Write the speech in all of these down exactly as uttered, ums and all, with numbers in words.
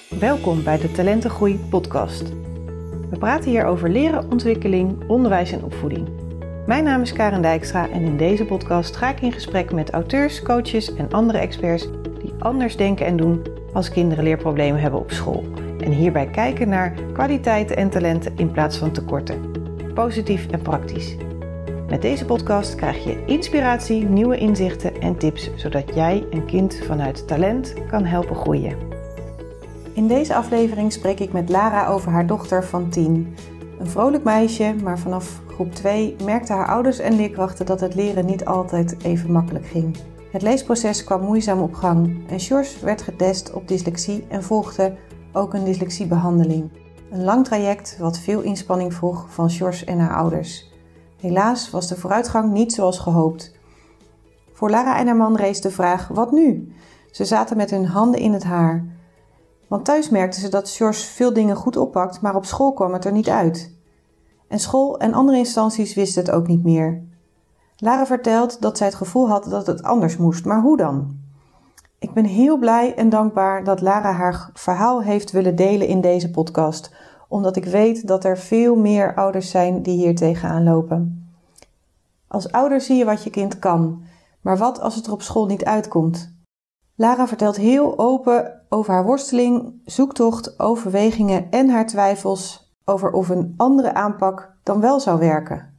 Welkom bij de Talentengroei podcast. We praten hier over leren, ontwikkeling, onderwijs en opvoeding. Mijn naam is Karen Dijkstra en in deze podcast ga ik in gesprek met auteurs, coaches en andere experts die anders denken en doen als kinderen leerproblemen hebben op school. En hierbij kijken naar kwaliteiten en talenten in plaats van tekorten. Positief en praktisch. Met deze podcast krijg je inspiratie, nieuwe inzichten en tips, zodat jij een kind vanuit talent kan helpen groeien. In deze aflevering spreek ik met Lara over haar dochter van tien. Een vrolijk meisje, maar vanaf groep twee merkten haar ouders en leerkrachten dat het leren niet altijd even makkelijk ging. Het leesproces kwam moeizaam op gang en Sjors werd getest op dyslexie en volgde ook een dyslexiebehandeling. Een lang traject wat veel inspanning vroeg van Sjors en haar ouders. Helaas was de vooruitgang niet zoals gehoopt. Voor Lara en haar man rees de vraag, wat nu? Ze zaten met hun handen in het haar. Want thuis merkten ze dat Sjors veel dingen goed oppakt, maar op school kwam het er niet uit. En school en andere instanties wisten het ook niet meer. Lara vertelt dat zij het gevoel had dat het anders moest, maar hoe dan? Ik ben heel blij en dankbaar dat Lara haar verhaal heeft willen delen in deze podcast, omdat ik weet dat er veel meer ouders zijn die hier tegenaan lopen. Als ouder zie je wat je kind kan, maar wat als het er op school niet uitkomt? Lara vertelt heel open over haar worsteling, zoektocht, overwegingen en haar twijfels over of een andere aanpak dan wel zou werken.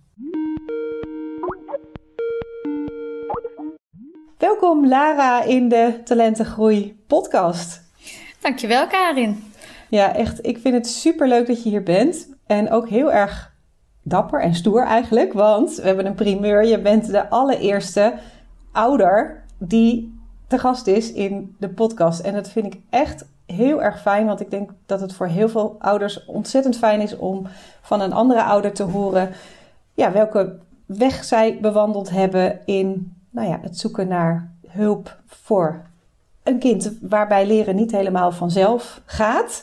Welkom Lara in de Talentengroei podcast. Dankjewel Karin. Ja, echt. Ik vind het superleuk dat je hier bent. En ook heel erg dapper en stoer eigenlijk. Want we hebben een primeur. Je bent de allereerste ouder die te gast is in de podcast. En dat vind ik echt heel erg fijn. Want ik denk dat het voor heel veel ouders ontzettend fijn is om van een andere ouder te horen, ja, welke weg zij bewandeld hebben in nou ja, het zoeken naar hulp voor een kind waarbij leren niet helemaal vanzelf gaat.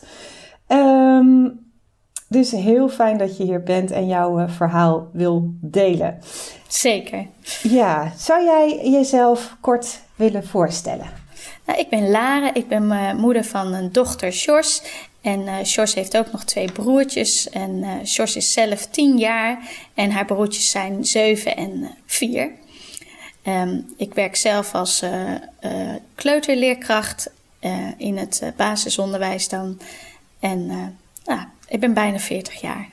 Um, dus heel fijn dat je hier bent en jouw uh, verhaal wil delen. Zeker. Ja, zou jij jezelf kort willen voorstellen? Nou, ik ben Lara, ik ben uh, moeder van een dochter Sjors. En uh, Sjors heeft ook nog twee broertjes. En uh, Sjors is zelf tien jaar en haar broertjes zijn zeven en uh, vier. Um, ik werk zelf als uh, uh, kleuterleerkracht uh, in het uh, basisonderwijs dan. En uh, nou, ik ben bijna veertig jaar.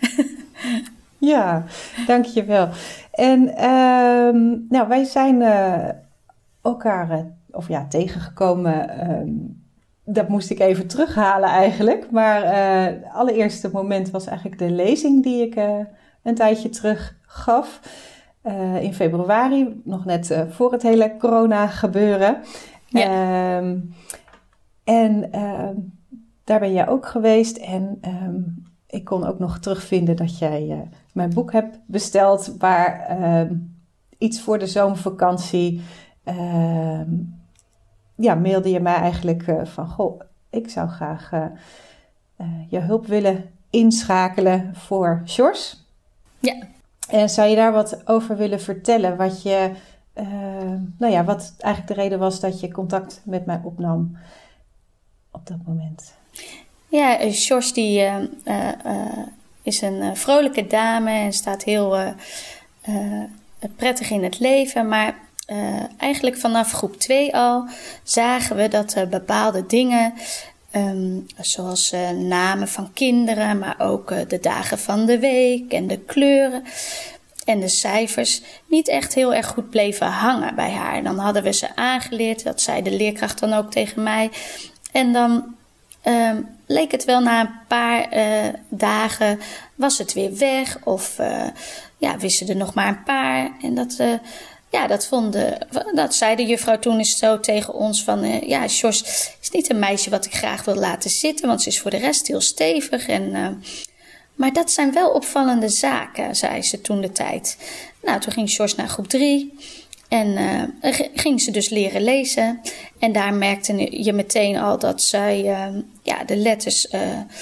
Ja, dankjewel. En um, nou, wij zijn uh, elkaar uh, of ja, tegengekomen. Um, dat moest ik even terughalen eigenlijk. Maar uh, het allereerste moment was eigenlijk de lezing die ik uh, een tijdje terug gaf. Uh, in februari, nog net uh, voor het hele corona gebeuren. Ja. Um, en uh, daar ben jij ook geweest. En um, ik kon ook nog terugvinden dat jij uh, mijn boek hebt besteld. Waar uh, iets voor de zomervakantie, uh, ja, mailde je mij eigenlijk uh, van, goh, ik zou graag uh, uh, je hulp willen inschakelen voor Sjors. Ja. En zou je daar wat over willen vertellen? Wat je, uh, nou ja, wat eigenlijk de reden was dat je contact met mij opnam op dat moment? Ja, Sjors die uh, uh, is een uh, vrolijke dame en staat heel uh, uh, prettig in het leven. Maar uh, eigenlijk vanaf groep twee al zagen we dat uh, bepaalde dingen, Um, zoals uh, namen van kinderen, maar ook uh, de dagen van de week en de kleuren en de cijfers niet echt heel erg goed bleven hangen bij haar. Dan hadden we ze aangeleerd, dat zei de leerkracht dan ook tegen mij. En dan um, leek het wel na een paar uh, dagen was het weer weg of uh, ja, wisten er nog maar een paar. En dat Uh, Ja, dat, vonden, dat zei de juffrouw toen eens zo tegen ons van, uh, ja, Sjors is niet een meisje wat ik graag wil laten zitten, want ze is voor de rest heel stevig. En, uh, maar dat zijn wel opvallende zaken, zei ze toen de tijd. Nou, toen ging Sjors naar groep drie en uh, ging ze dus leren lezen. En daar merkte je meteen al dat zij uh, ja, de letters Uh,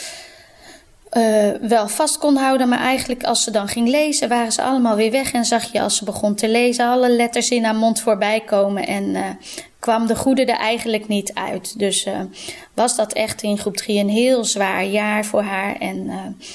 Uh, wel vast kon houden, maar eigenlijk als ze dan ging lezen waren ze allemaal weer weg en zag je als ze begon te lezen alle letters in haar mond voorbij komen en uh, kwam de goede er eigenlijk niet uit. Dus uh, was dat echt in groep drie een heel zwaar jaar voor haar. En uh,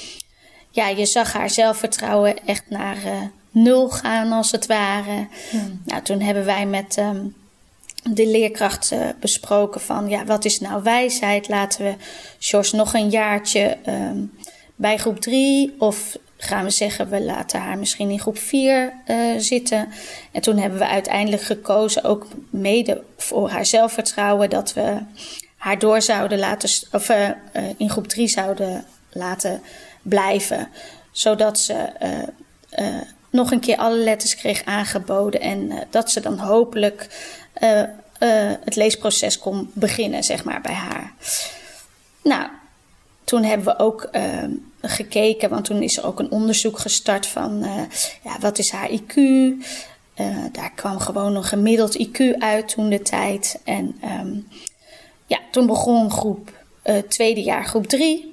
ja, je zag haar zelfvertrouwen echt naar uh, nul gaan als het ware. Hmm. Nou, toen hebben wij met um, de leerkracht uh, besproken van... ja, wat is nou wijsheid? Laten we Sjors nog een jaartje um, bij groep drie... of gaan we zeggen, we laten haar misschien in groep vier uh, zitten. En toen hebben we uiteindelijk gekozen, ook mede voor haar zelfvertrouwen... dat we haar door zouden laten, of uh, uh, in groep drie zouden laten blijven. Zodat ze uh, uh, nog een keer alle letters kreeg aangeboden... en uh, dat ze dan hopelijk uh, uh, het leesproces kon beginnen, zeg maar, bij haar. Nou, toen hebben we ook uh, gekeken, want toen is er ook een onderzoek gestart van... Uh, ja, wat is haar I Q? Uh, daar kwam gewoon een gemiddeld I Q uit toen de tijd. En um, ja, toen begon groep, uh, tweede jaar groep drie...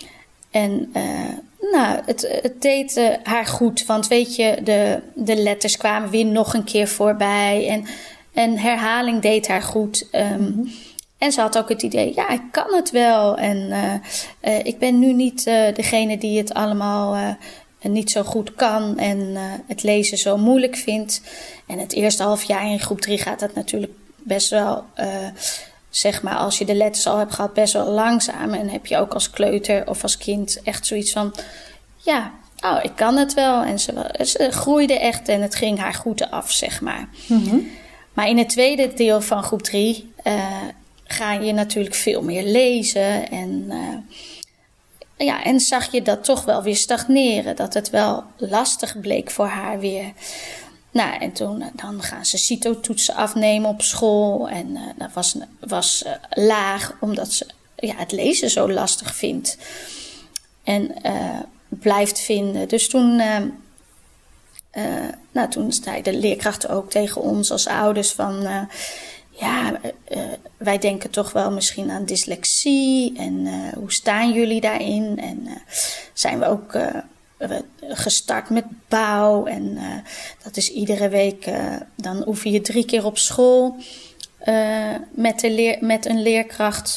En uh, nou, het, het deed uh, haar goed. Want weet je, de, de letters kwamen weer nog een keer voorbij. En, en herhaling deed haar goed. Um, mm-hmm. En ze had ook het idee, ja, ik kan het wel. En uh, uh, ik ben nu niet uh, degene die het allemaal uh, niet zo goed kan. En uh, het lezen zo moeilijk vindt. En het eerste half jaar in groep drie gaat dat natuurlijk best wel... Uh, zeg maar, als je de letters al hebt gehad, best wel langzaam. En heb je ook als kleuter of als kind echt zoiets van... ja, oh, ik kan het wel. En ze, ze groeide echt en het ging haar goed af, zeg maar. Mm-hmm. Maar in het tweede deel van groep drie uh, ga je natuurlijk veel meer lezen. En, uh, ja, en zag je dat toch wel weer stagneren. Dat het wel lastig bleek voor haar weer... Nou, en toen dan gaan ze CITO-toetsen afnemen op school. En uh, dat was, was uh, laag, omdat ze ja, het lezen zo lastig vindt. En uh, blijft vinden. Dus toen, uh, uh, nou, toen zei de leerkracht ook tegen ons als ouders van... Uh, ja, uh, wij denken toch wel misschien aan dyslexie. En uh, hoe staan jullie daarin? En uh, zijn we ook... Uh, gestart met bouw en uh, dat is iedere week, uh, dan oefen je drie keer op school uh, met, de leer, met een leerkracht.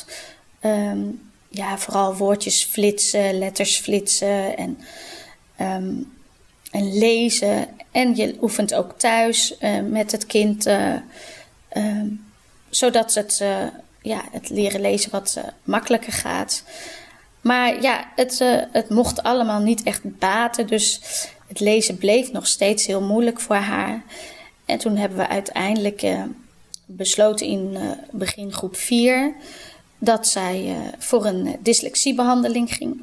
Um, ja, vooral woordjes flitsen, letters flitsen en, um, en lezen. En je oefent ook thuis uh, met het kind, uh, um, zodat het, uh, ja, het leren lezen wat uh, makkelijker gaat. Maar ja, het, uh, het mocht allemaal niet echt baten. Dus het lezen bleef nog steeds heel moeilijk voor haar. En toen hebben we uiteindelijk uh, besloten in uh, begin groep vier... dat zij uh, voor een uh, dyslexiebehandeling ging.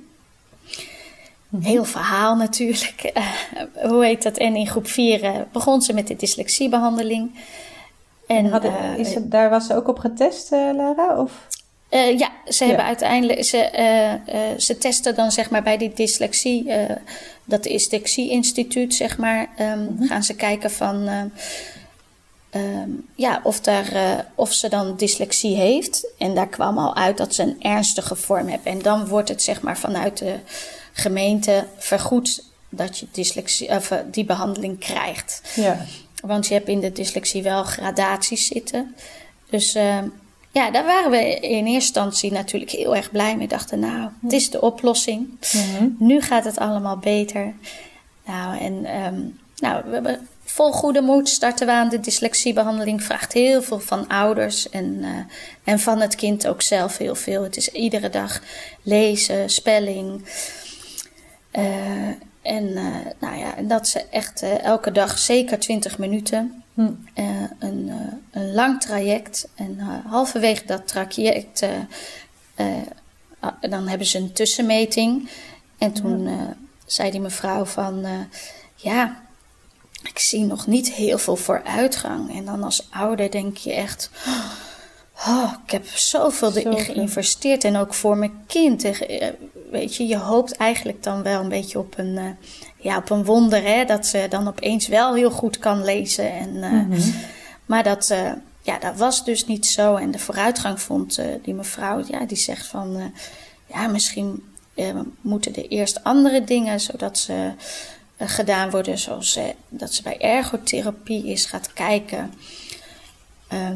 Mm-hmm. Heel verhaal natuurlijk. Uh, hoe heet dat? En in groep vier uh, begon ze met de dyslexiebehandeling. En, Hadden, uh, is het, daar was ze ook op getest, uh, Lara? Of... Uh, ja, ze hebben ja. uiteindelijk, ze, uh, uh, ze testen dan zeg maar bij die dyslexie, uh, dat dyslexie-instituut zeg maar, um, mm-hmm. gaan ze kijken van, uh, um, ja, of, daar, uh, of ze dan dyslexie heeft. En daar kwam al uit dat ze een ernstige vorm heeft. En dan wordt het zeg maar vanuit de gemeente vergoed dat je dyslexie, of, uh, die behandeling krijgt. Ja. Want je hebt in de dyslexie wel gradaties zitten. Dus... Uh, Ja, daar waren we in eerste instantie natuurlijk heel erg blij mee. Dachten, nou, het is de oplossing. Mm-hmm. Nu gaat het allemaal beter. Nou, en um, nou, we hebben vol goede moed starten we aan de dyslexiebehandeling. Vraagt heel veel van ouders en, uh, en van het kind ook zelf heel veel. Het is iedere dag lezen, spelling. Uh, en uh, nou ja, dat ze echt uh, elke dag zeker twintig minuten... Hm. Uh, een, uh, een lang traject. En uh, halverwege dat traject... Uh, uh, uh, dan hebben ze een tussenmeting. En toen uh, zei die mevrouw van... Uh, ja, ik zie nog niet heel veel vooruitgang. En dan als ouder denk je echt... Oh, ik heb zoveel erin Zoveel. geïnvesteerd. En ook voor mijn kind. Uh, weet je, je hoopt eigenlijk dan wel een beetje op een... Uh, Ja, op een wonder, hè, dat ze dan opeens wel heel goed kan lezen. En, uh, mm-hmm. Maar dat, uh, ja, dat was dus niet zo. En de vooruitgang vond uh, die mevrouw, ja, die zegt van... Uh, ja, misschien uh, moeten er eerst andere dingen... zodat ze uh, gedaan worden, zoals uh, dat ze bij ergotherapie is gaat kijken... Um,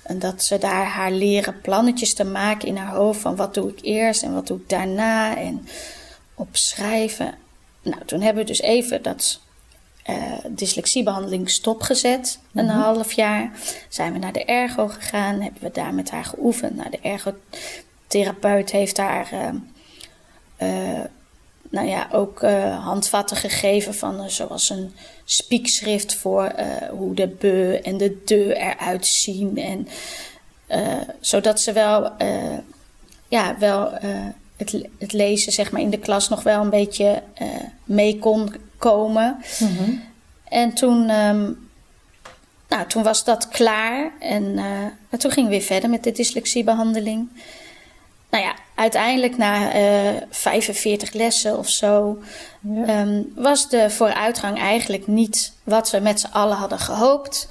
dat ze daar haar leren plannetjes te maken in haar hoofd. Van wat doe ik eerst en wat doe ik daarna. En opschrijven. Nou, toen hebben we dus even dat uh, dyslexiebehandeling stopgezet. Mm-hmm. Een half jaar. Zijn we naar de ergo gegaan. Hebben we daar met haar geoefend. Nou, de ergotherapeut heeft haar uh, uh, nou ja, ook uh, handvatten gegeven. Van, uh, zoals een spiekschrift voor uh, hoe de be en de de eruit zien. En, uh, zodat ze wel, uh, ja, wel uh, het, het lezen zeg maar, in de klas nog wel een beetje uh, mee kon komen. Mm-hmm. En toen, um, nou, toen was dat klaar. En uh, toen gingen we weer verder met de dyslexiebehandeling. Nou ja, uiteindelijk na uh, vijfenveertig lessen of zo... Ja. Um, was de vooruitgang eigenlijk niet wat we met z'n allen hadden gehoopt.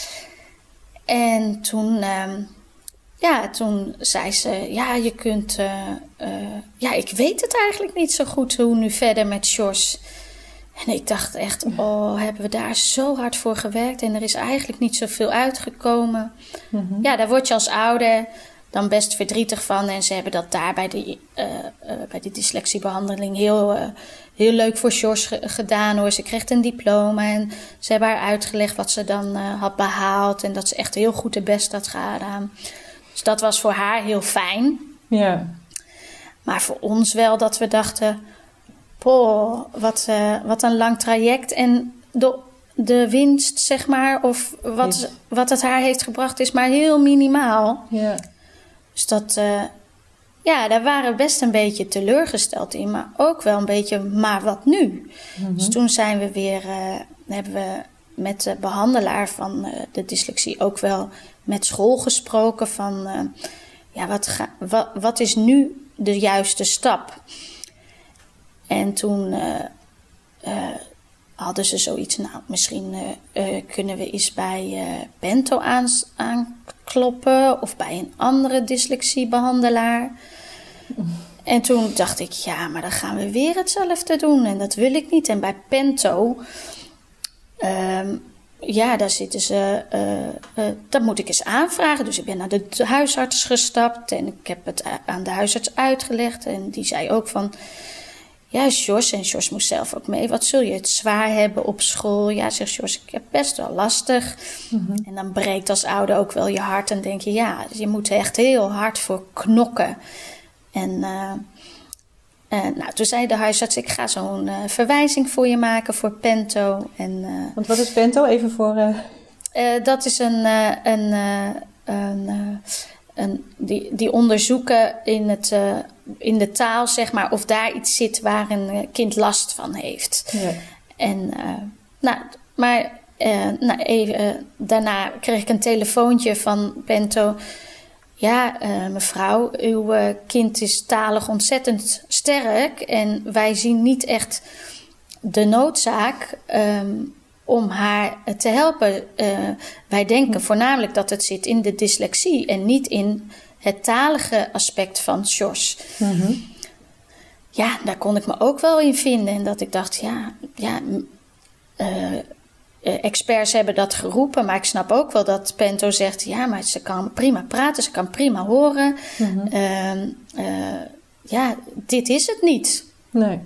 En toen, um, ja, toen zei ze... Ja, je kunt... Uh, uh, ja, ik weet het eigenlijk niet zo goed hoe nu verder met Sjors. En ik dacht echt... Oh, hebben we daar zo hard voor gewerkt... en er is eigenlijk niet zoveel uitgekomen. Mm-hmm. Ja, daar word je als ouder... dan best verdrietig van. En ze hebben dat daar bij die, uh, uh, bij die dyslexiebehandeling heel, uh, heel leuk voor Sjors ge- gedaan hoor. Ze kreeg een diploma en ze hebben haar uitgelegd wat ze dan uh, had behaald. En dat ze echt heel goed de best had gedaan. Dus dat was voor haar heel fijn. Ja. Maar voor ons wel dat we dachten... Poh, wat, uh, wat een lang traject. En de, de winst, zeg maar, of wat, wat het haar heeft gebracht, is maar heel minimaal. Ja. Dus dat, uh, ja, daar waren we best een beetje teleurgesteld in. Maar ook wel een beetje, maar wat nu? Mm-hmm. Dus toen zijn we weer, uh, hebben we met de behandelaar van uh, de dyslexie ook wel met school gesproken van, uh, ja, wat, ga, wat, wat is nu de juiste stap? En toen uh, uh, hadden ze zoiets, nou, misschien uh, uh, kunnen we eens bij uh, Bento aans- aankloppen of bij een andere dyslexiebehandelaar. Mm. En toen dacht ik, ja, maar dan gaan we weer hetzelfde doen en dat wil ik niet. En bij Bento, um, ja, daar zitten ze, uh, uh, dat moet ik eens aanvragen. Dus ik ben naar de huisarts gestapt en ik heb het aan de huisarts uitgelegd. En die zei ook van... Ja, Sjors, en Sjors moest zelf ook mee. Wat zul je het zwaar hebben op school? Ja, zegt Sjors, ik heb best wel lastig. Mm-hmm. En dan breekt als ouder ook wel je hart. En denk je, ja, je moet er echt heel hard voor knokken. En uh, uh, nou, toen zei de huisarts, ik ga zo'n uh, verwijzing voor je maken voor Bento. En, uh, Want wat is Bento? Even voor... Uh... Uh, dat is een... Uh, een, uh, een uh, En die, die onderzoeken in, het, uh, in de taal, zeg maar, of daar iets zit waar een kind last van heeft. Ja. En, uh, nou, maar uh, nou, even, uh, daarna kreeg ik een telefoontje van Bento. Ja, uh, mevrouw, uw uh, kind is talig ontzettend sterk. En wij zien niet echt de noodzaak... Um, om haar te helpen. Uh, wij denken voornamelijk dat het zit in de dyslexie... en niet in het talige aspect van Sjors. Mm-hmm. Ja, daar kon ik me ook wel in vinden. En dat ik dacht, ja... ja uh, uh, experts hebben dat geroepen... maar ik snap ook wel dat Bento zegt... ja, maar ze kan prima praten, ze kan prima horen. Mm-hmm. Uh, uh, ja, dit is het niet. Nee.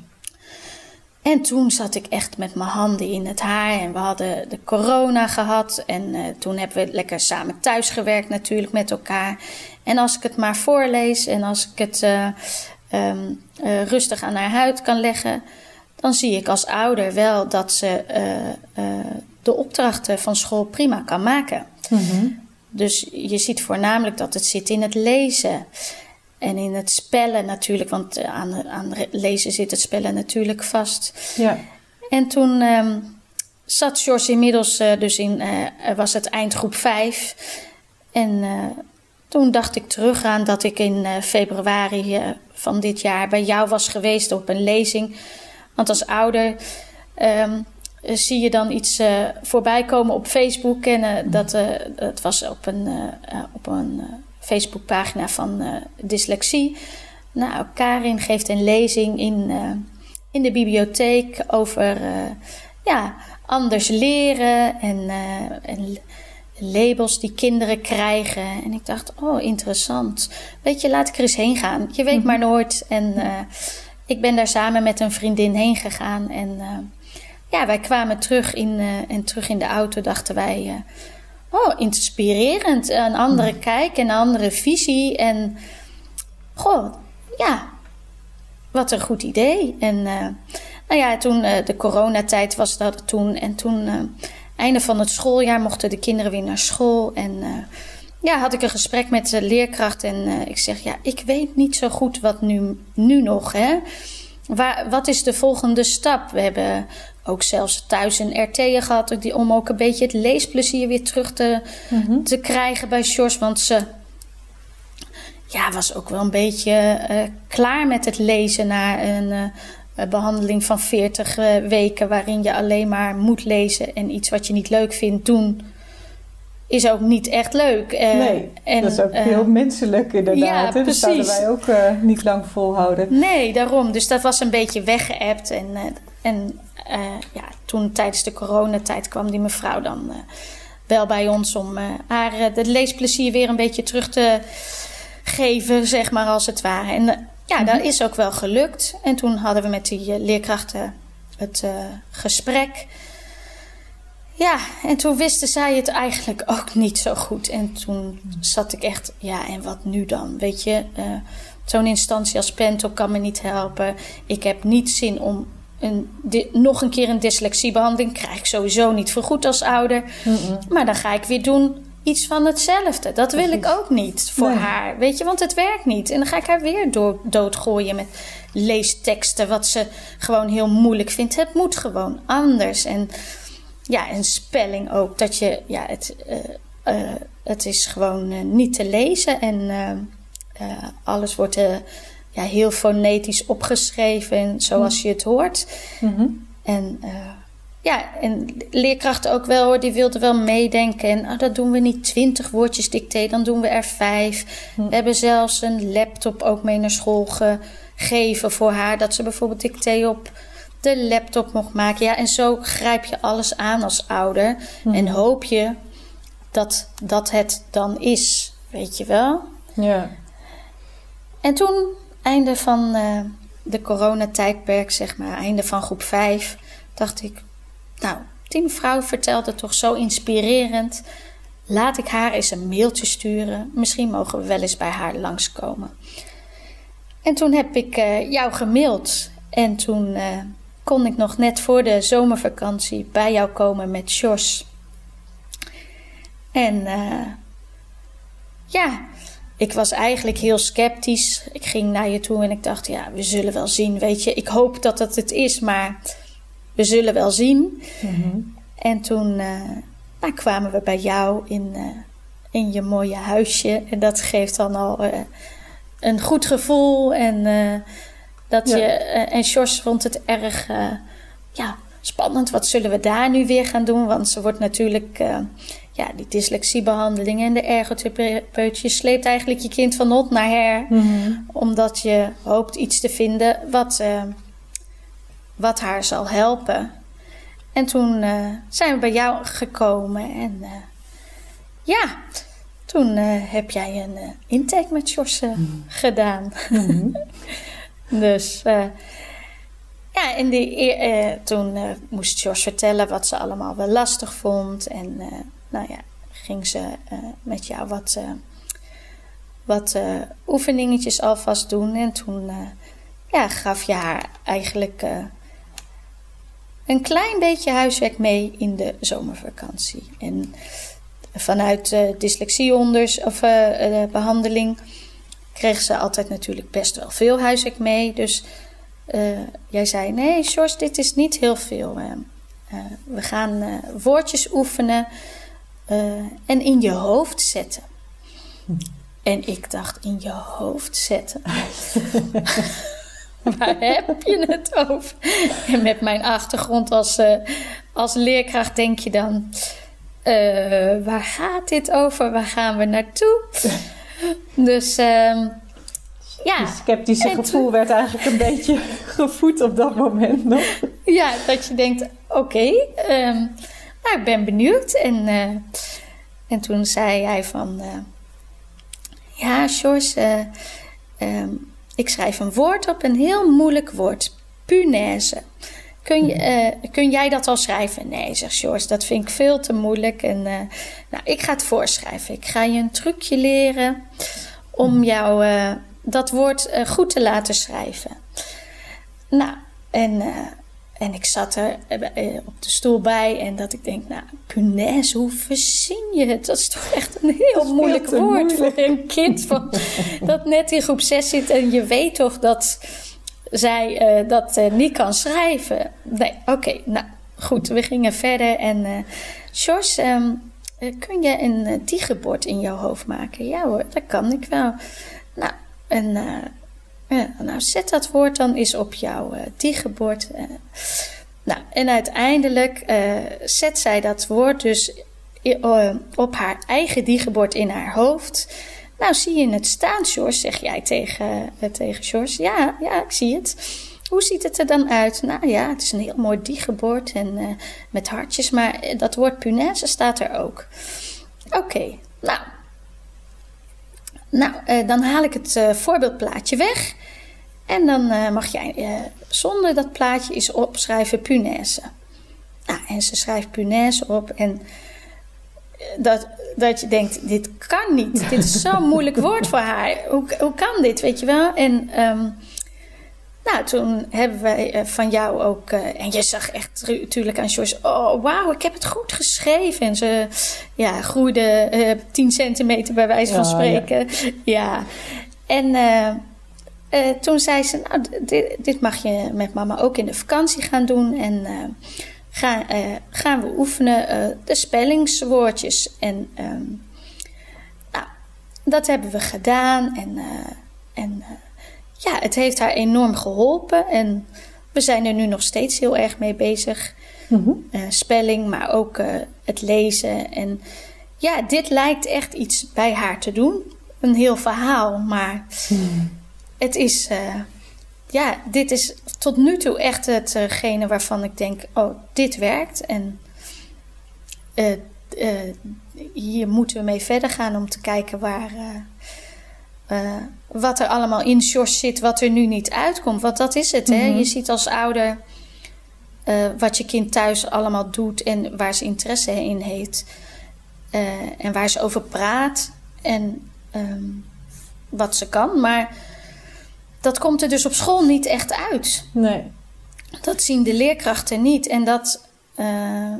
En toen zat ik echt met mijn handen in het haar. En we hadden de corona gehad. En uh, toen hebben we lekker samen thuis gewerkt natuurlijk met elkaar. En als ik het maar voorlees en als ik het uh, um, uh, rustig aan haar huid kan leggen... dan zie ik als ouder wel dat ze uh, uh, de opdrachten van school prima kan maken. Mm-hmm. Dus je ziet voornamelijk dat het zit in het lezen... En in het spellen natuurlijk, want aan, aan lezen zit het spellen natuurlijk vast. Ja. En toen um, zat Sjors inmiddels, uh, dus in, uh, was het eindgroep vijf. En uh, toen dacht ik terug aan dat ik in uh, februari uh, van dit jaar bij jou was geweest op een lezing. Want als ouder um, zie je dan iets uh, voorbij komen op Facebook. En uh, dat, uh, dat was op een... Uh, uh, op een uh, Facebookpagina van uh, dyslexie. Nou, Karin geeft een lezing in, uh, in de bibliotheek over uh, ja, anders leren. En, uh, en labels die kinderen krijgen. En ik dacht, oh, interessant. Weet je, laat ik er eens heen gaan. Je weet mm-hmm. maar nooit. En uh, ik ben daar samen met een vriendin heen gegaan. En uh, ja, wij kwamen terug in, uh, en terug in de auto dachten wij... Uh, oh, inspirerend. Een andere mm. kijk, een andere visie. En goh, ja, wat een goed idee. En uh, nou ja, toen uh, de coronatijd was dat toen. En toen... Uh, Einde van het schooljaar mochten de kinderen weer naar school. En uh, ja, had ik een gesprek met de leerkracht. En uh, ik zeg, ja, ik weet niet zo goed wat nu, nu nog. Hè? Waar, wat is de volgende stap? We hebben ook zelfs thuis een R T'er gehad. Die, om ook een beetje het leesplezier weer terug te, mm-hmm. te krijgen bij Sjors. Want ze ja, was ook wel een beetje uh, klaar met het lezen na een... Uh, Een behandeling van veertig uh, weken waarin je alleen maar moet lezen en iets wat je niet leuk vindt doen, is ook niet echt leuk. Uh, nee, en, dat is ook uh, heel menselijk inderdaad. Ja, hè? Dat zouden wij ook uh, niet lang volhouden. Nee, daarom. Dus dat was een beetje weggeëpt. En, uh, en uh, ja, toen tijdens de coronatijd kwam die mevrouw dan uh, wel bij ons om uh, haar uh, de leesplezier weer een beetje terug te geven, zeg maar als het ware. En uh, ja, mm-hmm. dat is ook wel gelukt. En toen hadden we met die uh, leerkrachten het uh, gesprek. Ja, en toen wisten zij het eigenlijk ook niet zo goed. En toen zat ik echt, ja, en wat nu dan? Weet je, uh, zo'n instantie als Pento kan me niet helpen. Ik heb niet zin om een, di- nog een keer een dyslexiebehandeling. Krijg ik sowieso niet vergoed als ouder. Mm-mm. Maar dan ga ik weer doen iets van hetzelfde. Dat wil Precies. ik ook niet voor nee. haar. Weet je, want het werkt niet. En dan ga ik haar weer door, doodgooien met leesteksten, wat ze gewoon heel moeilijk vindt. Het moet gewoon anders. En ja, en spelling ook. Dat je, ja, het, uh, uh, het is gewoon uh, niet te lezen. En uh, uh, alles wordt uh, ja, heel fonetisch opgeschreven, zoals mm. je het hoort. Mm-hmm. En uh, ja, en leerkrachten ook wel hoor, die wilden wel meedenken. En oh, dat doen we niet twintig woordjes dicté, dan doen we er vijf. Mm. We hebben zelfs een laptop ook mee naar school gegeven voor haar. Dat ze bijvoorbeeld dicté op de laptop mocht maken. Ja, en zo grijp je alles aan als ouder. Mm. En hoop je dat dat het dan is. Weet je wel? Ja. En toen, einde van uh, de coronatijdperk, zeg maar, einde van groep vijf, dacht ik, nou, die mevrouw vertelde toch zo inspirerend. Laat ik haar eens een mailtje sturen. Misschien mogen we wel eens bij haar langskomen. En toen heb ik uh, jou gemaild. En toen uh, kon ik nog net voor de zomervakantie bij jou komen met Sjors. En uh, ja, ik was eigenlijk heel sceptisch. Ik ging naar je toe en ik dacht, ja, we zullen wel zien. Weet je, ik hoop dat dat het is, maar we zullen wel zien. Mm-hmm. En toen uh, nou, kwamen we bij jou in, uh, in je mooie huisje. En dat geeft dan al uh, een goed gevoel. En uh, dat ja. je uh, en Sjors vond het erg uh, ja, spannend. Wat zullen we daar nu weer gaan doen? Want ze wordt natuurlijk Uh, ja, die dyslexiebehandelingen en de ergotherapeut. Je sleept eigenlijk je kind van hot naar her. Mm-hmm. Omdat je hoopt iets te vinden wat, uh, wat haar zal helpen. En toen uh, zijn we bij jou gekomen. En uh, ja, toen uh, heb jij een uh, intake met Sjors uh, mm-hmm. gedaan. Mm-hmm. dus uh, ja, en die, uh, toen uh, moest Sjors vertellen wat ze allemaal wel lastig vond. En uh, nou ja, ging ze uh, met jou wat, uh, wat uh, oefeningetjes alvast doen. En toen uh, ja, gaf je haar eigenlijk uh, een klein beetje huiswerk mee in de zomervakantie. En vanuit uh, dyslexieonders of uh, uh, behandeling kreeg ze altijd natuurlijk best wel veel huiswerk mee. Dus uh, jij zei, nee Sjors, dit is niet heel veel. Uh, uh, we gaan uh, woordjes oefenen. Uh, en in je hoofd zetten. Hm. En ik dacht, in je hoofd zetten? Waar heb je het over? En met mijn achtergrond als, uh, als leerkracht denk je dan, Uh, waar gaat dit over? Waar gaan we naartoe? Dus Uh, ja. Het sceptische en gevoel toen werd eigenlijk een beetje gevoed op dat moment nog. Ja, dat je denkt, oké, okay, um, nou, ik ben benieuwd. En, uh, En toen zei hij van... Uh, ja, Sjors, uh, um, ik schrijf een woord op, een heel moeilijk woord. Punaise. Kun, je, uh, kun jij dat al schrijven? Nee, zegt Sjors, dat vind ik veel te moeilijk. En, uh, nou, ik ga het voorschrijven. Ik ga je een trucje leren om jou uh, dat woord uh, goed te laten schrijven. Nou, en, uh, en ik zat er uh, op de stoel bij en dat ik denk, nou, punaise, hoe verzin je het? Dat is toch echt een heel moeilijk woord moeilijk. Voor een kind van, dat net in groep zes zit en je weet toch dat... zij uh, dat uh, niet kan schrijven. Nee, oké, okay, nou goed, we gingen verder. En uh, Sjors, um, uh, kun je een uh, diegenbord in jouw hoofd maken? Ja hoor, dat kan ik wel. Nou, en, uh, uh, nou zet dat woord dan eens op jouw uh, diegenbord. Uh, nou, en uiteindelijk uh, zet zij dat woord dus uh, op haar eigen diegenbord in haar hoofd. Nou, zie je het staan, Sjors, zeg jij tegen, uh, tegen Sjors. Ja, ja, ik zie het. Hoe ziet het er dan uit? Nou ja, het is een heel mooi diegenbord en uh, met hartjes, maar dat woord punaise staat er ook. Oké, okay, nou. Nou, uh, dan haal ik het uh, voorbeeldplaatje weg. En dan uh, mag jij uh, zonder dat plaatje eens opschrijven punaise. Nou, en ze schrijft punaise op en... Dat, dat je denkt, dit kan niet. Dit is zo'n moeilijk woord voor haar. Hoe, hoe kan dit, weet je wel? En um, nou, toen hebben wij uh, van jou ook... Uh, en je zag echt natuurlijk aan Sjors... Oh, wauw, ik heb het goed geschreven. En ze ja, groeide uh, tien centimeter bij wijze van spreken. Ja. ja. En uh, uh, toen zei ze... Nou, dit, dit mag je met mama ook in de vakantie gaan doen. En... Uh, Gaan, uh, gaan we oefenen uh, de spellingswoordjes. En um, nou, dat hebben we gedaan. En, uh, en uh, ja, het heeft haar enorm geholpen. En we zijn er nu nog steeds heel erg mee bezig. Mm-hmm. Uh, spelling, maar ook uh, het lezen. En ja, dit lijkt echt iets bij haar te doen. Een heel verhaal, maar mm. het is... Uh, Ja, dit is tot nu toe echt hetgene waarvan ik denk, oh, dit werkt. En uh, uh, hier moeten we mee verder gaan om te kijken waar, uh, uh, wat er allemaal in Sjors zit, wat er nu niet uitkomt. Want dat is het, mm-hmm. hè. Je ziet als ouder uh, wat je kind thuis allemaal doet en waar ze interesse in heeft. Uh, en waar ze over praat en um, wat ze kan, maar... Dat komt er dus op school niet echt uit. Nee. Dat zien de leerkrachten niet. En dat, uh,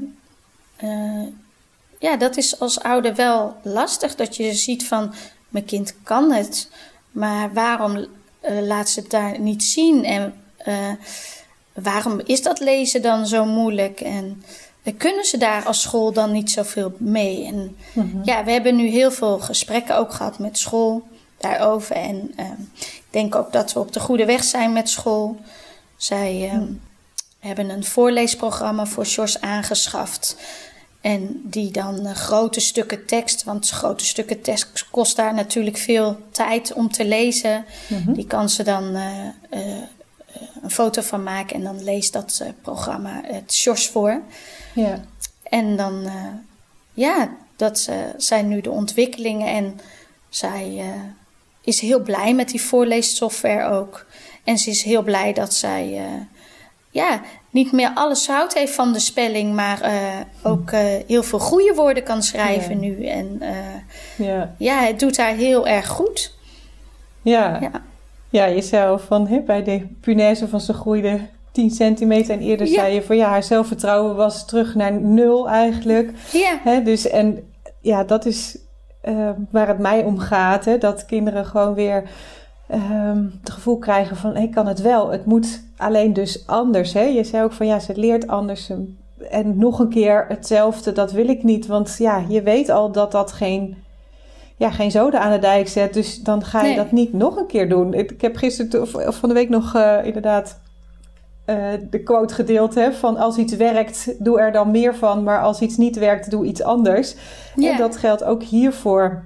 uh, ja, dat is als ouder wel lastig. Dat je ziet van, mijn kind kan het. Maar waarom uh, laat ze het daar niet zien? En uh, waarom is dat lezen dan zo moeilijk? En uh, kunnen ze daar als school dan niet zoveel mee? En mm-hmm. ja, we hebben nu heel veel gesprekken ook gehad met school daarover. En uh, ik denk ook dat we op de goede weg zijn met school. Zij uh, mm. hebben een voorleesprogramma voor Sjors aangeschaft. En die dan uh, grote stukken tekst, want grote stukken tekst kost daar natuurlijk veel tijd om te lezen. Mm-hmm. Die kan ze dan uh, uh, een foto van maken en dan leest dat uh, programma het Sjors voor. Yeah. En dan, uh, ja, dat uh, zijn nu de ontwikkelingen en zij... Uh, is heel blij met die voorleessoftware ook. En ze is heel blij dat zij uh, ja, niet meer alles zout heeft van de spelling, maar uh, ook uh, heel veel goede woorden kan schrijven ja. nu. En uh, ja. ja, het doet haar heel erg goed. Ja, ja. ja je zei al van he, bij de punaise van ze groeide tien centimeter en eerder ja. zei je van ja, haar zelfvertrouwen was terug naar nul eigenlijk. Ja. He, dus en ja, dat is... Uh, waar het mij om gaat, hè, dat kinderen gewoon weer uh, het gevoel krijgen van ik kan het wel. Het moet alleen dus anders. Hè? Je zei ook van ja, ze leert anders. En nog een keer hetzelfde, dat wil ik niet. Want ja, je weet al dat dat geen, ja, geen zoden aan de dijk zet. Dus dan ga je nee. dat niet nog een keer doen. Ik, ik heb gisteren of, of van de week nog uh, inderdaad uh, de quote gedeeld. Hè, van als iets werkt, doe er dan meer van. Maar als iets niet werkt, doe iets anders. Yeah. En dat geldt ook hiervoor.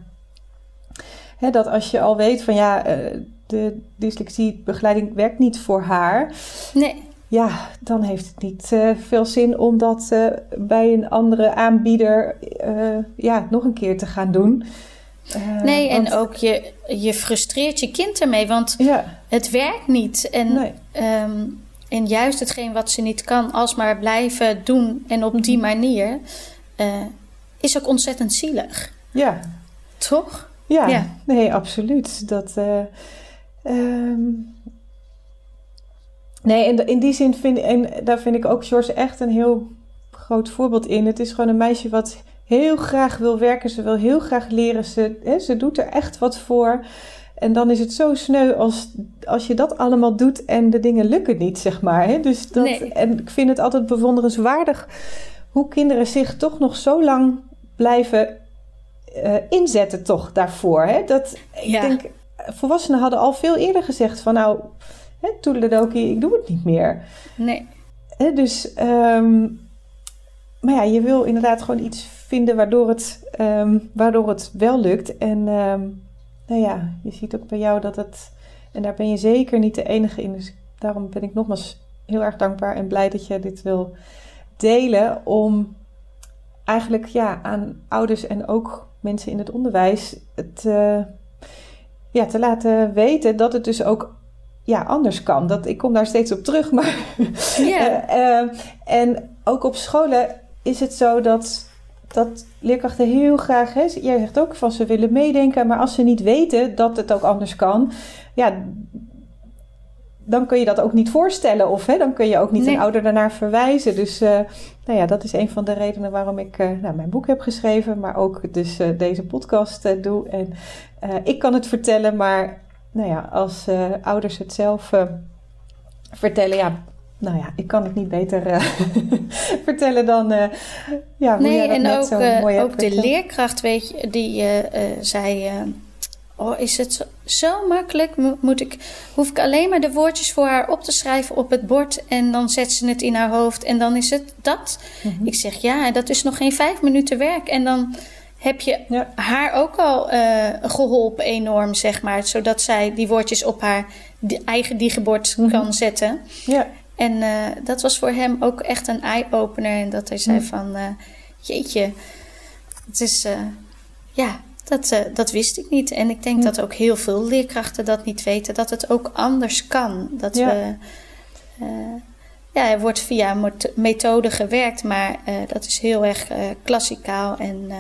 Hè, dat als je al weet van ja, uh, de dyslexiebegeleiding werkt niet voor haar. Nee. ja, dan heeft het niet uh, veel zin om dat uh, bij een andere aanbieder uh, ja, nog een keer te gaan doen. Uh, nee, want, en ook je, je frustreert je kind ermee, want ja. het werkt niet. En, nee. um, en juist hetgeen wat ze niet kan, alsmaar blijven doen en op die manier, uh, is ook ontzettend zielig. Ja. Toch? Ja, ja. nee, absoluut. Dat, uh, um, nee, en in die zin vind, en daar vind ik ook George echt een heel groot voorbeeld in. Het is gewoon een meisje wat heel graag wil werken. Ze wil heel graag leren. Ze, hè, ze doet er echt wat voor. En dan is het zo sneu als, als je dat allemaal doet en de dingen lukken niet, zeg maar. Hè? Dus dat, nee. En ik vind het altijd bewonderenswaardig hoe kinderen zich toch nog zo lang blijven uh, inzetten toch daarvoor. Hè? Dat, ja. Ik denk, volwassenen hadden al veel eerder gezegd van nou, hè, toedeledokie, ik doe het niet meer. Nee. Hè, dus, um, maar ja, je wil inderdaad gewoon iets vinden waardoor het, um, waardoor het wel lukt. En um, nou ja, je ziet ook bij jou dat het, en daar ben je zeker niet de enige in. Dus daarom ben ik nogmaals heel erg dankbaar en blij dat je dit wil delen. Om eigenlijk ja, aan ouders en ook mensen in het onderwijs het, uh, ja, te laten weten dat het dus ook ja, anders kan. Dat, ik kom daar steeds op terug. Maar yeah. uh, uh, en ook op scholen is het zo dat dat leerkrachten heel graag, hè, jij zegt ook van ze willen meedenken, maar als ze niet weten dat het ook anders kan, ja, dan kun je dat ook niet voorstellen of hè, dan kun je ook niet nee. een ouder daarnaar verwijzen. Dus uh, nou ja, dat is een van de redenen waarom ik uh, nou, mijn boek heb geschreven, maar ook dus uh, deze podcast uh, doe. En uh, ik kan het vertellen, maar nou ja, als uh, ouders het zelf uh, vertellen, ja. Nou ja, ik kan het niet beter uh, vertellen dan uh, ja, hoe nee, jij dat en net ook, zo uh, mooi hebt ook de leerkracht, weet je, die uh, uh, zei... Uh, oh, is het zo, zo makkelijk? Moet ik, hoef ik alleen maar de woordjes voor haar op te schrijven op het bord en dan zet ze het in haar hoofd en dan is het dat? Mm-hmm. Ik zeg, ja, dat is nog geen vijf minuten werk en dan heb je ja. haar ook al uh, geholpen enorm, zeg maar, zodat zij die woordjes op haar eigen digebord mm-hmm. kan zetten. Ja. En uh, dat was voor hem ook echt een eye-opener. En dat hij zei van, uh, jeetje, het is, uh, ja, dat, uh, dat wist ik niet. En ik denk ja. dat ook heel veel leerkrachten dat niet weten. Dat het ook anders kan. Dat ja. we, uh, ja, er wordt via een methode gewerkt. Maar uh, dat is heel erg uh, klassikaal. En uh,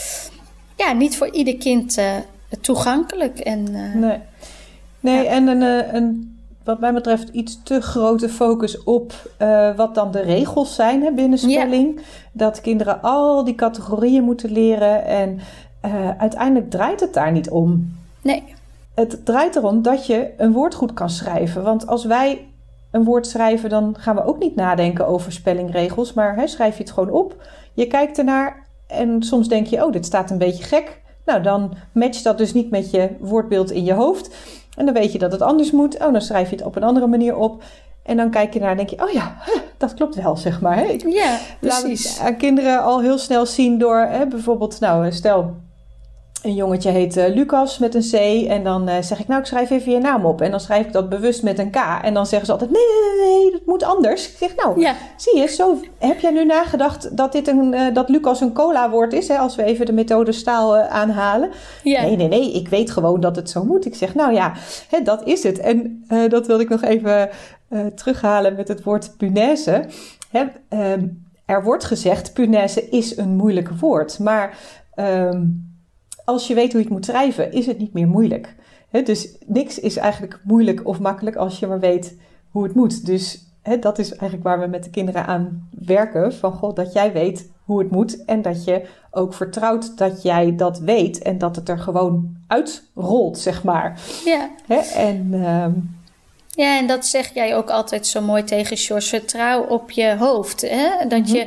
ja, niet voor ieder kind uh, toegankelijk. En, uh, nee, nee ja. en een... Uh, een wat mij betreft iets te grote focus op uh, wat dan de regels zijn hè, binnen spelling. Ja. Dat kinderen al die categorieën moeten leren. En uh, uiteindelijk draait het daar niet om. Nee. Het draait erom dat je een woord goed kan schrijven. Want als wij een woord schrijven, dan gaan we ook niet nadenken over spellingregels. Maar hè, schrijf je het gewoon op. Je kijkt ernaar en soms denk je, oh, dit staat een beetje gek. Nou, dan matcht dat dus niet met je woordbeeld in je hoofd. En dan weet je dat het anders moet. Oh, dan schrijf je het op een andere manier op. En dan kijk je naar en denk je, oh ja, dat klopt wel, zeg maar. Ik ja, laat precies. het aan kinderen al heel snel zien door, hè, bijvoorbeeld, nou, stel, een jongetje heet uh, Lucas met een C. En dan uh, zeg ik, nou, ik schrijf even je naam op. En dan schrijf ik dat bewust met een K. En dan zeggen ze altijd, nee, nee, nee, nee, dat moet anders. Ik zeg, nou, ja. zie je, zo heb jij nu nagedacht dat, dit een, uh, dat Lucas een cola-woord is, hè, als we even de methode staal uh, aanhalen. Ja. Nee, nee, nee, ik weet gewoon dat het zo moet. Ik zeg, nou ja, hè, dat is het. En uh, dat wilde ik nog even uh, terughalen met het woord punaise. Hè, uh, er wordt gezegd, punaise is een moeilijk woord. Maar... Um, als je weet hoe je het moet schrijven, is het niet meer moeilijk. He, dus niks is eigenlijk moeilijk of makkelijk als je maar weet hoe het moet. Dus he, dat is eigenlijk waar we met de kinderen aan werken. Van God, dat jij weet hoe het moet. En dat je ook vertrouwt dat jij dat weet. En dat het er gewoon uitrolt, zeg maar. Ja. He, en... Um, Ja, en dat zeg jij ook altijd zo mooi tegen George. Vertrouw op je hoofd. Hè? Dat mm-hmm. je...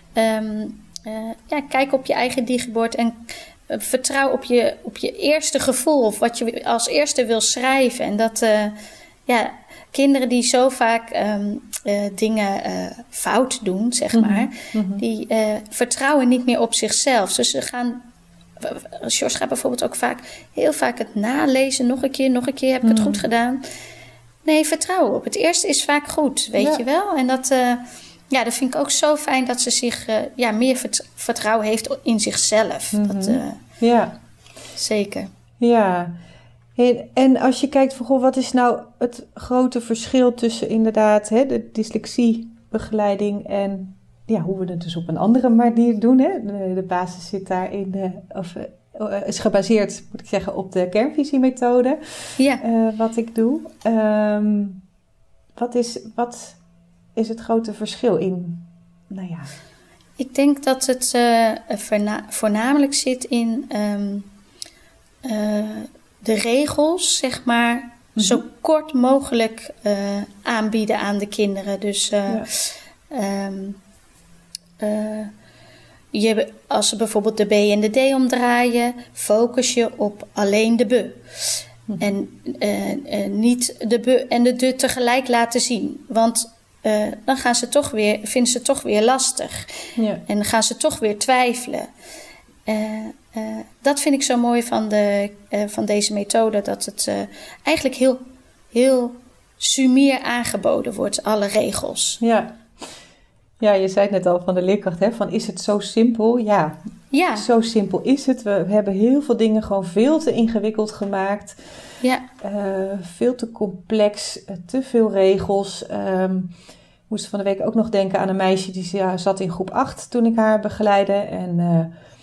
Um, uh, ja, kijk op je eigen digebord en... Vertrouw op je, op je eerste gevoel of wat je als eerste wil schrijven. En dat uh, ja, kinderen die zo vaak um, uh, dingen uh, fout doen, zeg maar, mm-hmm. die uh, vertrouwen niet meer op zichzelf. Dus ze gaan, George gaat bijvoorbeeld ook vaak, heel vaak het nalezen, nog een keer, nog een keer, heb ik mm-hmm. het goed gedaan. Nee, vertrouwen op. Het eerste is vaak goed, weet ja. je wel. En dat, uh, ja, dat vind ik ook zo fijn dat ze zich uh, ja, meer vert- vertrouwen heeft in zichzelf. Mm-hmm. Dat, uh, ja. Zeker. Ja. En, en als je kijkt van, goh, wat is nou het grote verschil tussen inderdaad hè, de dyslexiebegeleiding en ja, hoe we het dus op een andere manier doen. Hè? De, de basis zit daarin, uh, of uh, is gebaseerd, moet ik zeggen, op de kernvisiemethode. Ja. Uh, wat ik doe. Um, wat, is, wat is het grote verschil in, nou ja... Ik denk dat het uh, verna- voornamelijk zit in um, uh, de regels, zeg maar, mm-hmm. zo kort mogelijk uh, aanbieden aan de kinderen. Dus uh, ja. um, uh, je, als ze bijvoorbeeld de B en de D omdraaien, focus je op alleen de be. Mm-hmm. En uh, uh, niet de be en de de tegelijk laten zien. Want uh, dan gaan ze toch weer, vinden ze het toch weer lastig. Ja. En dan gaan ze toch weer twijfelen. Uh, uh, dat vind ik zo mooi van, de, uh, van deze methode. Dat het uh, eigenlijk heel, heel sumier aangeboden wordt, alle regels. Ja. Ja, je zei het net al van de leerkracht, hè? Van is het zo simpel? Ja, ja, zo simpel is het. We hebben heel veel dingen gewoon veel te ingewikkeld gemaakt. Ja. Uh, veel te complex, uh, te veel regels. Um, moest van de week ook nog denken aan een meisje die ja, zat in groep acht toen ik haar begeleidde. En uh,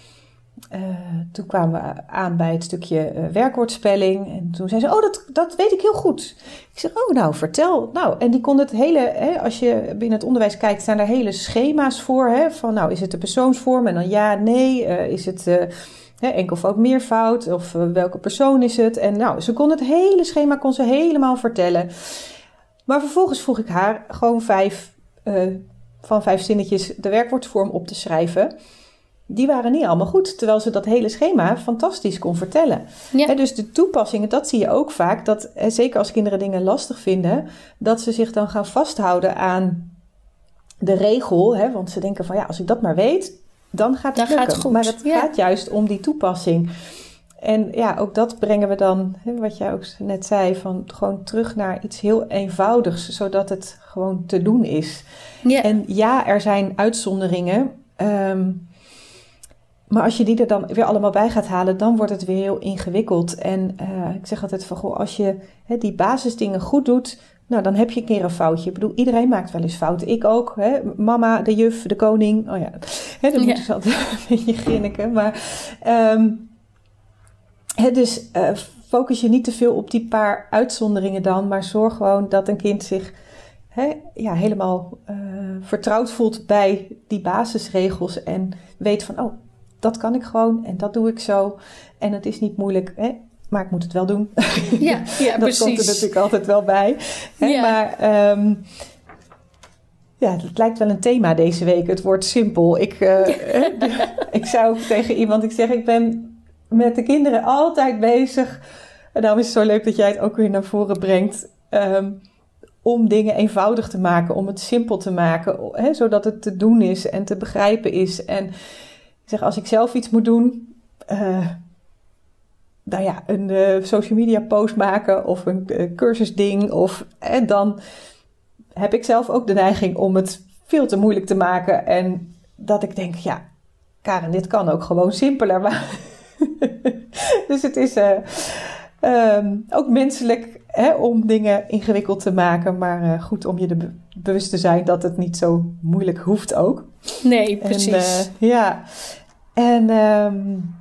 uh, toen kwamen we aan bij het stukje uh, werkwoordspelling. En toen zei ze, oh, dat, dat weet ik heel goed. Ik zeg, oh, nou, vertel. Nou, en die kon het hele, hè, als je binnen het onderwijs kijkt, staan er hele schema's voor. Hè, van, nou, is het de persoonsvorm? En dan ja, nee. Uh, is het uh, hè, enkelvoud, meervoud? Of uh, welke persoon is het? En nou, ze kon het hele schema kon ze helemaal vertellen. Maar vervolgens vroeg ik haar gewoon vijf, uh, van vijf zinnetjes de werkwoordvorm op te schrijven. Die waren niet allemaal goed, terwijl ze dat hele schema fantastisch kon vertellen. Ja. He, dus de toepassingen, dat zie je ook vaak. Dat, he, zeker als kinderen dingen lastig vinden, dat ze zich dan gaan vasthouden aan de regel. He, want ze denken van ja, als ik dat maar weet, dan gaat het dan lukken. Gaat het goed. Maar het ja. gaat juist om die toepassing. En ja, ook dat brengen we dan, he, wat jij ook net zei, van gewoon terug naar iets heel eenvoudigs, zodat het gewoon te doen is. Ja. En ja, er zijn uitzonderingen. Um, Maar als je die er dan weer allemaal bij gaat halen, dan wordt het weer heel ingewikkeld. En uh, ik zeg altijd van, goh, als je hè, die basisdingen goed doet, nou, dan heb je een keer een foutje. Ik bedoel, iedereen maakt wel eens fouten. Ik ook, hè? Mama, de juf, de koning. Oh ja, hè, dan ja. moeten ze altijd een beetje grinniken. Maar, um, hè, dus uh, focus je niet te veel op die paar uitzonderingen dan, maar zorg gewoon dat een kind zich hè, ja, helemaal uh, vertrouwd voelt bij die basisregels en weet van, oh, dat kan ik gewoon en dat doe ik zo. En het is niet moeilijk, hè? Maar ik moet het wel doen. Ja, ja dat precies. komt er natuurlijk altijd wel bij. Hè? Ja. Maar um, ja, het lijkt wel een thema deze week. Het wordt simpel. Ik, uh, ik zou tegen iemand, ik zeg, ik ben met de kinderen altijd bezig. En daarom is het zo leuk dat jij het ook weer naar voren brengt. Um, om dingen eenvoudig te maken, om het simpel te maken. Hè? Zodat het te doen is en te begrijpen is. En ik zeg, als ik zelf iets moet doen, uh, nou ja, een uh, social media post maken of een uh, cursusding, of, en dan heb ik zelf ook de neiging om het veel te moeilijk te maken. En dat ik denk, ja, Karen, dit kan ook gewoon simpeler. Maar dus het is uh, um, ook menselijk hè, om dingen ingewikkeld te maken, maar uh, goed om je er be- bewust te zijn dat het niet zo moeilijk hoeft ook. Nee, precies. En, uh, ja. En um,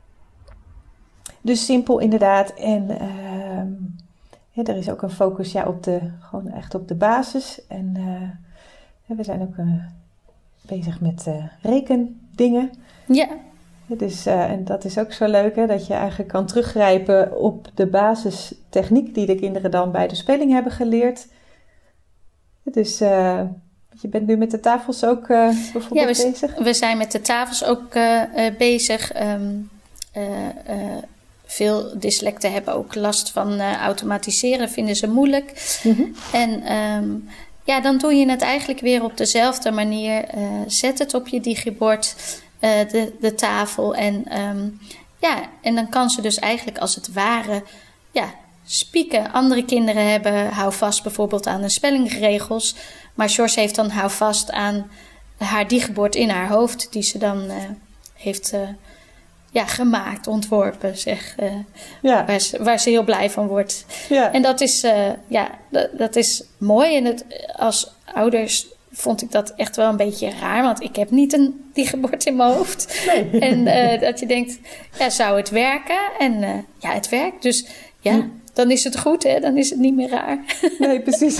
dus simpel inderdaad. En um, ja, er is ook een focus ja, op de, gewoon echt op de basis. En uh, we zijn ook uh, bezig met uh, rekendingen. Ja. Dus, uh, en dat is ook zo leuk, hè, dat je eigenlijk kan teruggrijpen op de basistechniek die de kinderen dan bij de spelling hebben geleerd. Dus uh, je bent nu met de tafels ook uh, bijvoorbeeld ja, we, bezig? We zijn met de tafels ook uh, uh, bezig. Um, uh, uh, veel dyslecten hebben ook last van uh, automatiseren, vinden ze moeilijk. Mm-hmm. En um, ja, dan doe je het eigenlijk weer op dezelfde manier. Uh, zet het op je digibord, uh, de, de tafel. En, um, ja, en dan kan ze dus eigenlijk als het ware ja, spieken. Andere kinderen hebben hou vast bijvoorbeeld aan de spellingregels. Maar George heeft dan hou vast aan haar dichtbord in haar hoofd. Die ze dan uh, heeft uh, ja, gemaakt, ontworpen. Zeg, uh, ja. waar, ze, waar ze heel blij van wordt. Ja. En dat is, uh, ja, dat, dat is mooi. En het, als ouders vond ik dat echt wel een beetje raar. Want ik heb niet een dichtbord in mijn hoofd. Nee. En uh, dat je denkt, ja, zou het werken? En uh, ja, het werkt. Dus ja, hm. dan is het goed, hè? Dan is het niet meer raar. Nee, precies.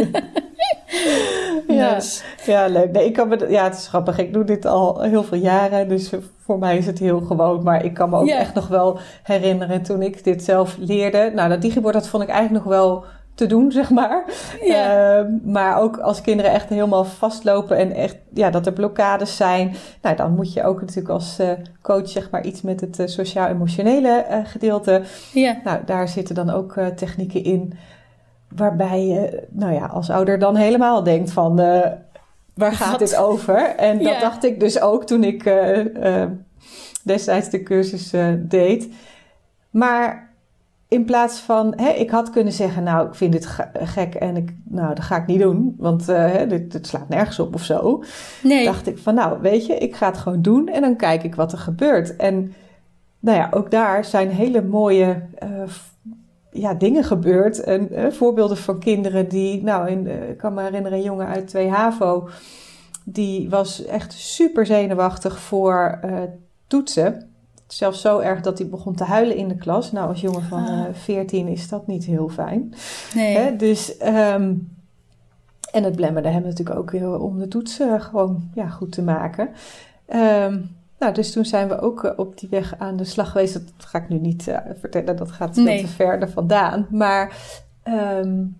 ja. Dus. ja, leuk. Nee, ik kan me, ja, het is grappig. Ik doe dit al heel veel jaren. Dus voor mij is het heel gewoon. Maar ik kan me ook ja. echt nog wel herinneren toen ik dit zelf leerde. Nou, dat digibord, dat vond ik eigenlijk nog wel te doen, zeg maar. Ja. Uh, maar ook als kinderen echt helemaal vastlopen en echt, ja, dat er blokkades zijn. Nou, dan moet je ook natuurlijk als uh, coach, zeg maar, iets met het uh, sociaal-emotionele uh, gedeelte. Ja. Nou, daar zitten dan ook uh, technieken in waarbij je, nou ja, als ouder dan helemaal denkt van, uh, waar gaat Wat? dit over? En dat ja. dacht ik dus ook toen ik uh, uh, destijds de cursus uh, deed. Maar in plaats van, hè, ik had kunnen zeggen, nou, ik vind dit gek en ik, nou, dat ga ik niet doen, want uh, hè, dit, dit slaat nergens op of zo. Nee. Dacht ik van, nou, weet je, ik ga het gewoon doen en dan kijk ik wat er gebeurt. En nou ja, ook daar zijn hele mooie uh, ja, dingen gebeurd. En uh, voorbeelden van kinderen die, nou, in, uh, ik kan me herinneren, een jongen uit twee HAVO, die was echt super zenuwachtig voor uh, toetsen. Zelfs zo erg dat hij begon te huilen in de klas. Nou, als jongen van uh, veertien is dat niet heel fijn. Nee. Hè? Dus, um, en het belemmerde hem natuurlijk ook heel om de toetsen uh, gewoon ja, goed te maken. Um, nou, dus toen zijn we ook uh, op die weg aan de slag geweest. Dat ga ik nu niet uh, vertellen, dat gaat veel nee. te ver vandaan. Maar um,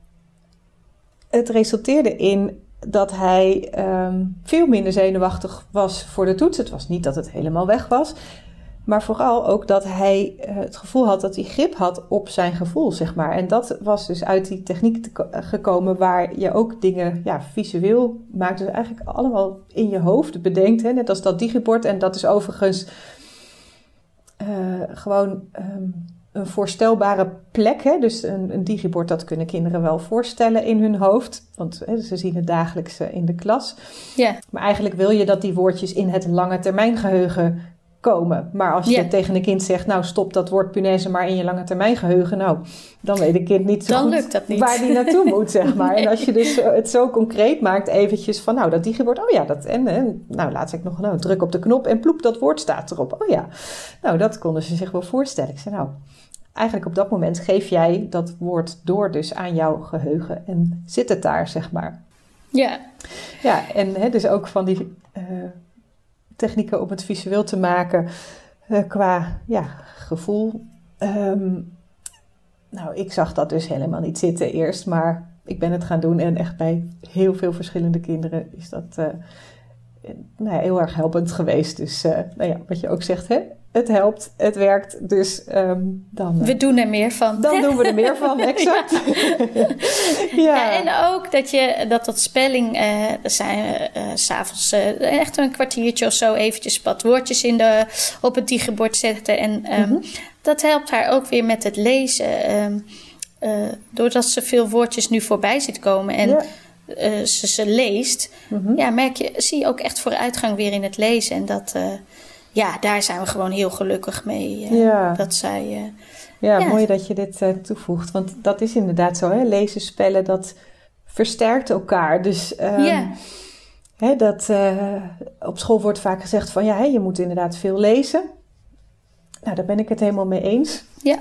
het resulteerde in dat hij um, veel minder zenuwachtig was voor de toets. Het was niet dat het helemaal weg was. Maar vooral ook dat hij uh, het gevoel had dat hij grip had op zijn gevoel, zeg maar. En dat was dus uit die techniek te ko- gekomen waar je ook dingen ja, visueel maakt. Dus eigenlijk allemaal in je hoofd bedenkt. Hè? Net als dat digibord. En dat is overigens uh, gewoon um, een voorstelbare plek. Hè? Dus een, een digibord, dat kunnen kinderen wel voorstellen in hun hoofd. Want hè, ze zien het dagelijks uh, in de klas. Yeah. Maar eigenlijk wil je dat die woordjes in het lange termijn geheugen komen. Maar als je yeah. tegen een kind zegt, nou stop dat woord punaise maar in je lange termijn geheugen, nou, dan weet een kind niet zo dan goed lukt dat niet. waar die naartoe moet, zeg maar. Nee. En als je dus het zo concreet maakt, eventjes van, nou, dat digibord, oh ja, dat, en, en nou, laatst ik nog, nou, druk op de knop en ploep, dat woord staat erop. Oh ja, nou, dat konden ze zich wel voorstellen. Ik zei, nou, eigenlijk op dat moment geef jij dat woord door dus aan jouw geheugen en zit het daar, zeg maar. Ja. Yeah. Ja, en hè, dus ook van die Uh, technieken om het visueel te maken uh, qua ja, gevoel. Um, nou, ik zag dat dus helemaal niet zitten eerst, maar ik ben het gaan doen en echt bij heel veel verschillende kinderen is dat uh, nou ja, heel erg helpend geweest. Dus uh, nou ja, wat je ook zegt, hè? Het helpt, het werkt, dus um, dan... Uh, we doen er meer van. Dan doen we er meer van, exact. ja. ja, en ook dat je dat dat spelling, uh, zijn uh, 's avonds uh, echt een kwartiertje of zo eventjes wat woordjes in de, op het digibord zetten. En um, mm-hmm. dat helpt haar ook weer met het lezen. Um, uh, doordat ze veel woordjes nu voorbij ziet komen en... Ja. Uh, ze, ze leest, mm-hmm. ja, merk je, zie je ook echt vooruitgang weer in het lezen. En dat... Uh, Ja, daar zijn we gewoon heel gelukkig mee. Uh, ja. Dat zij, uh, ja, ja, mooi dat je dit uh, toevoegt. Want dat is inderdaad zo. Hè? Lezen, spellen, dat versterkt elkaar. Dus um, ja. hè, dat, uh, op school wordt vaak gezegd van... ja, hè, je moet inderdaad veel lezen. Nou, daar ben ik het helemaal mee eens. Ja.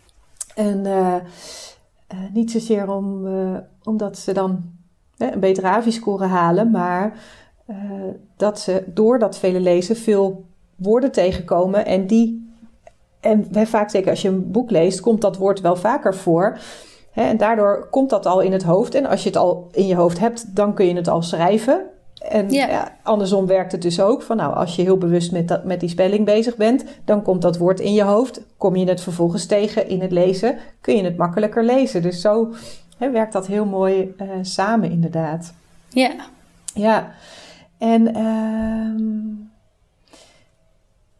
En uh, uh, niet zozeer om, uh, omdat ze dan hè, een betere A V I-score halen... maar uh, dat ze door dat vele lezen veel... woorden tegenkomen en die, en vaak zeker als je een boek leest, komt dat woord wel vaker voor. Hè, en daardoor komt dat al in het hoofd. En als je het al in je hoofd hebt, dan kun je het al schrijven. En ja. Ja, andersom werkt het dus ook. Van nou, als je heel bewust met, dat, met die spelling bezig bent, dan komt dat woord in je hoofd. Kom je het vervolgens tegen in het lezen, kun je het makkelijker lezen. Dus zo hè, werkt dat heel mooi uh, samen inderdaad. Ja. Ja. En... Uh,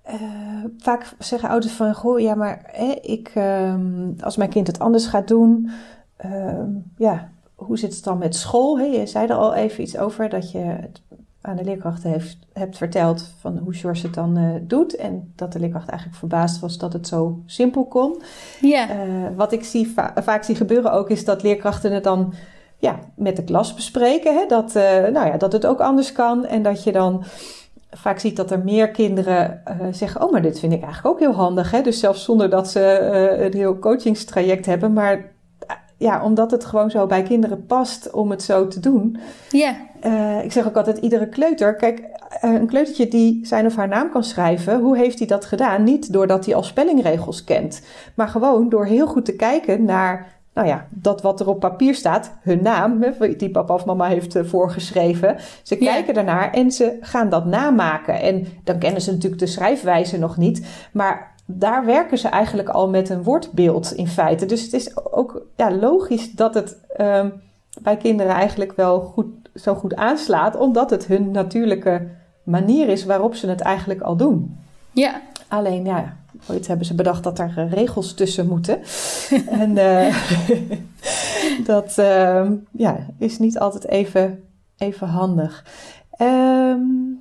uh, vaak zeggen ouders van, goh, ja, maar hè, ik, uh, als mijn kind het anders gaat doen, uh, ja, hoe zit het dan met school? Hè? Je zei er al even iets over, dat je het aan de leerkrachten heeft, hebt verteld van hoe George het dan uh, doet. En dat de leerkracht eigenlijk verbaasd was dat het zo simpel kon. Ja. Uh, wat ik zie, va- vaak zie gebeuren ook, is dat leerkrachten het dan ja, met de klas bespreken. Hè? Dat, uh, nou ja, dat het ook anders kan. En dat je dan vaak ziet dat er meer kinderen uh, zeggen, oh, maar dit vind ik eigenlijk ook heel handig. Hè? Dus zelfs zonder dat ze uh, een heel coachingstraject hebben. Maar ja, omdat het gewoon zo bij kinderen past om het zo te doen. Ja. Uh, ik zeg ook altijd, iedere kleuter, kijk, uh, een kleutertje die zijn of haar naam kan schrijven, hoe heeft hij dat gedaan? Niet doordat hij al spellingregels kent, maar gewoon door heel goed te kijken naar, nou ja, dat wat er op papier staat, hun naam, hè, die papa of mama heeft uh, voorgeschreven. Ze Ja. kijken daarnaar en ze gaan dat namaken. En dan kennen ze natuurlijk de schrijfwijze nog niet, maar daar werken ze eigenlijk al met een woordbeeld in feite. Dus het is ook ja, logisch dat het um, bij kinderen eigenlijk wel goed, zo goed aanslaat, omdat het hun natuurlijke manier is waarop ze het eigenlijk al doen. Ja. Alleen, ja, ooit hebben ze bedacht dat er regels tussen moeten. en uh, dat uh, ja, is niet altijd even, even handig. Um,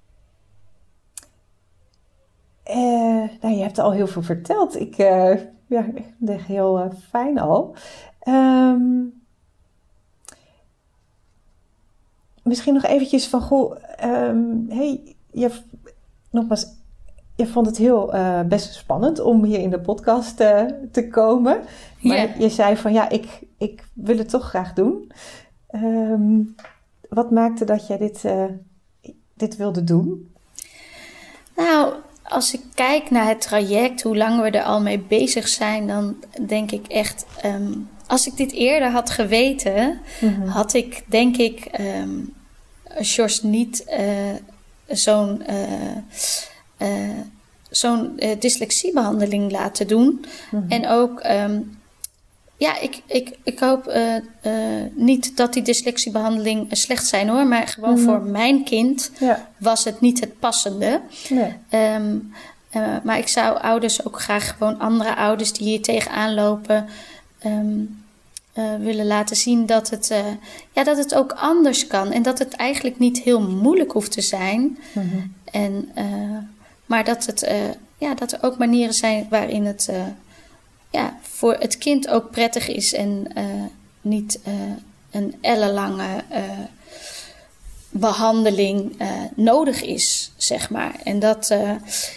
Uh, nou, je hebt al heel veel verteld. Ik uh, ja, ik denk heel uh, fijn al. Um, misschien nog eventjes van, goh, um, hey, je, nogmaals, je vond het heel uh, best spannend om hier in de podcast uh, te komen. Maar Ja. je, je zei van, ja, ik, ik wil het toch graag doen. Um, wat maakte dat jij dit, uh, dit wilde doen? Nou, als ik kijk naar het traject, hoe lang we er al mee bezig zijn, dan denk ik echt, um, als ik dit eerder had geweten, mm-hmm. had ik denk ik um, George niet uh, zo'n, uh, uh, zo'n uh, dyslexiebehandeling laten doen. Mm-hmm. En ook, um, ja, ik, ik, ik hoop uh, uh, niet dat die dyslexiebehandeling slecht zijn hoor, maar gewoon mm-hmm. voor mijn kind ja. was het niet het passende. Nee. Um, uh, maar ik zou ouders ook graag gewoon andere ouders die hier tegenaan lopen um, uh, willen laten zien dat het, uh, ja, dat het ook anders kan. En dat het eigenlijk niet heel moeilijk hoeft te zijn. Mm-hmm. En, uh, maar dat, het, uh, ja, dat er ook manieren zijn waarin het Uh, ja, voor het kind ook prettig is en uh, niet uh, een ellenlange uh, behandeling uh, nodig is, zeg maar. En dat uh,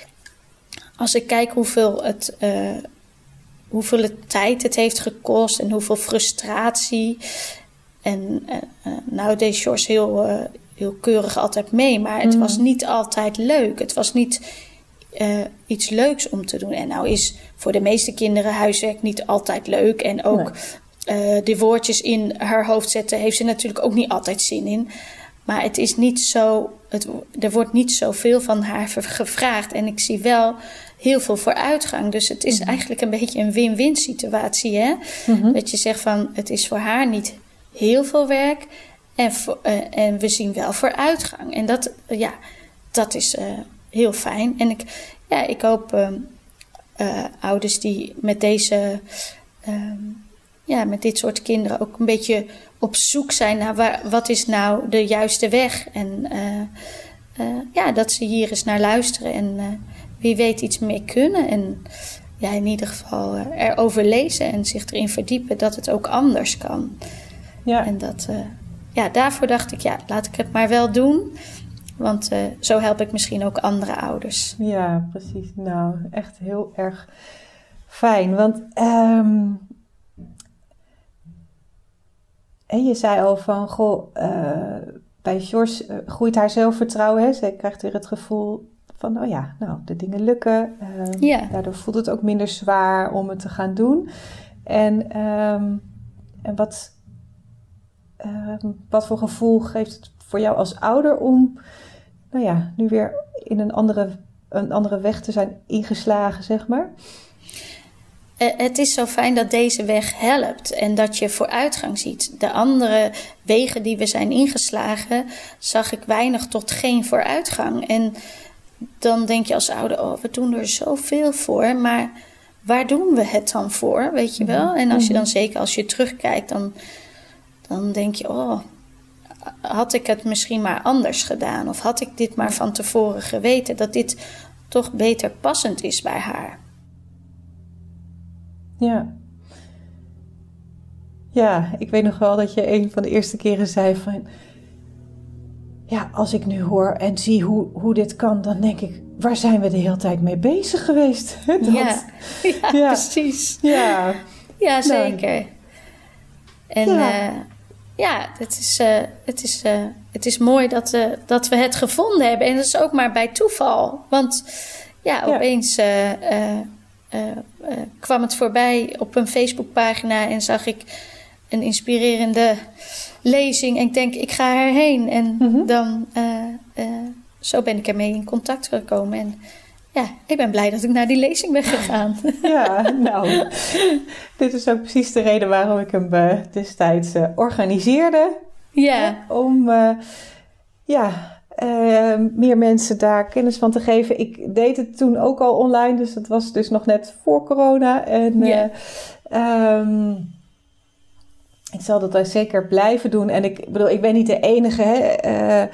als ik kijk hoeveel het, uh, hoeveel het tijd het heeft gekost en hoeveel frustratie. En uh, uh, nou deed George heel, uh, heel keurig altijd mee, maar het mm. was niet altijd leuk. Het was niet Uh, iets leuks om te doen. En nou is voor de meeste kinderen huiswerk niet altijd leuk. En ook nee. uh, de woordjes in haar hoofd zetten heeft ze natuurlijk ook niet altijd zin in. Maar het is niet zo, het, er wordt niet zoveel van haar gevraagd. En ik zie wel heel veel vooruitgang. Dus het is mm-hmm. eigenlijk een beetje een win-win situatie. Hè? Mm-hmm. Dat je zegt van, het is voor haar niet heel veel werk. En, voor, uh, en we zien wel vooruitgang. En dat, uh, ja, dat is Uh, heel fijn. En ik, ja, ik hoop uh, uh, ouders die met deze, uh, ja, met dit soort kinderen ook een beetje op zoek zijn naar waar, wat is nou de juiste weg. En uh, uh, ja, dat ze hier eens naar luisteren en uh, wie weet iets mee kunnen. En ja, in ieder geval uh, erover lezen en zich erin verdiepen dat het ook anders kan. Ja. En dat, uh, ja, daarvoor dacht ik, ja, laat ik het maar wel doen. Want uh, zo help ik misschien ook andere ouders. Ja, precies. Nou, echt heel erg fijn. Want um, en je zei al van, goh, uh, bij George uh, groeit haar zelfvertrouwen. Hè? Zij krijgt weer het gevoel van, oh ja, nou, de dingen lukken. Uh, ja. Daardoor voelt het ook minder zwaar om het te gaan doen. En, um, en wat, uh, wat voor gevoel geeft het voor jou als ouder om, nou ja, nu weer in een andere, een andere weg te zijn ingeslagen, zeg maar? Uh, het is zo fijn dat deze weg helpt en dat je vooruitgang ziet. De andere wegen die we zijn ingeslagen, zag ik weinig tot geen vooruitgang. En dan denk je als ouder, oh, we doen er zoveel voor, maar waar doen we het dan voor, weet je wel? En als je dan zeker als je terugkijkt, dan, dan denk je, oh, had ik het misschien maar anders gedaan? Of had ik dit maar van tevoren geweten, dat dit toch beter passend is bij haar? Ja. Ja, ik weet nog wel dat je een van de eerste keren zei van... Ja, als ik nu hoor en zie hoe, hoe dit kan, dan denk ik... Waar zijn we de hele tijd mee bezig geweest? Dat, ja, ja, ja, precies. Ja, ja zeker. Nou, en ja, uh, ja het, is, uh, het, is, uh, het is mooi dat, uh, dat we het gevonden hebben. En dat is ook maar bij toeval. Want ja, opeens uh, uh, uh, uh, kwam het voorbij op een Facebookpagina en zag ik een inspirerende lezing. En ik denk, ik ga erheen. En mm-hmm. dan... Uh, uh, Zo ben ik ermee in contact gekomen. En ja, ik ben blij dat ik naar die lezing ben gegaan. Ja, nou, dit is ook precies de reden waarom ik hem uh, destijds uh, organiseerde. Ja. Uh, om uh, ja, uh, meer mensen daar kennis van te geven. Ik deed het toen ook al online, dus dat was dus nog net voor corona. En uh, yeah. um, ik zal dat zeker blijven doen. En ik bedoel, ik ben niet de enige, hè. Uh,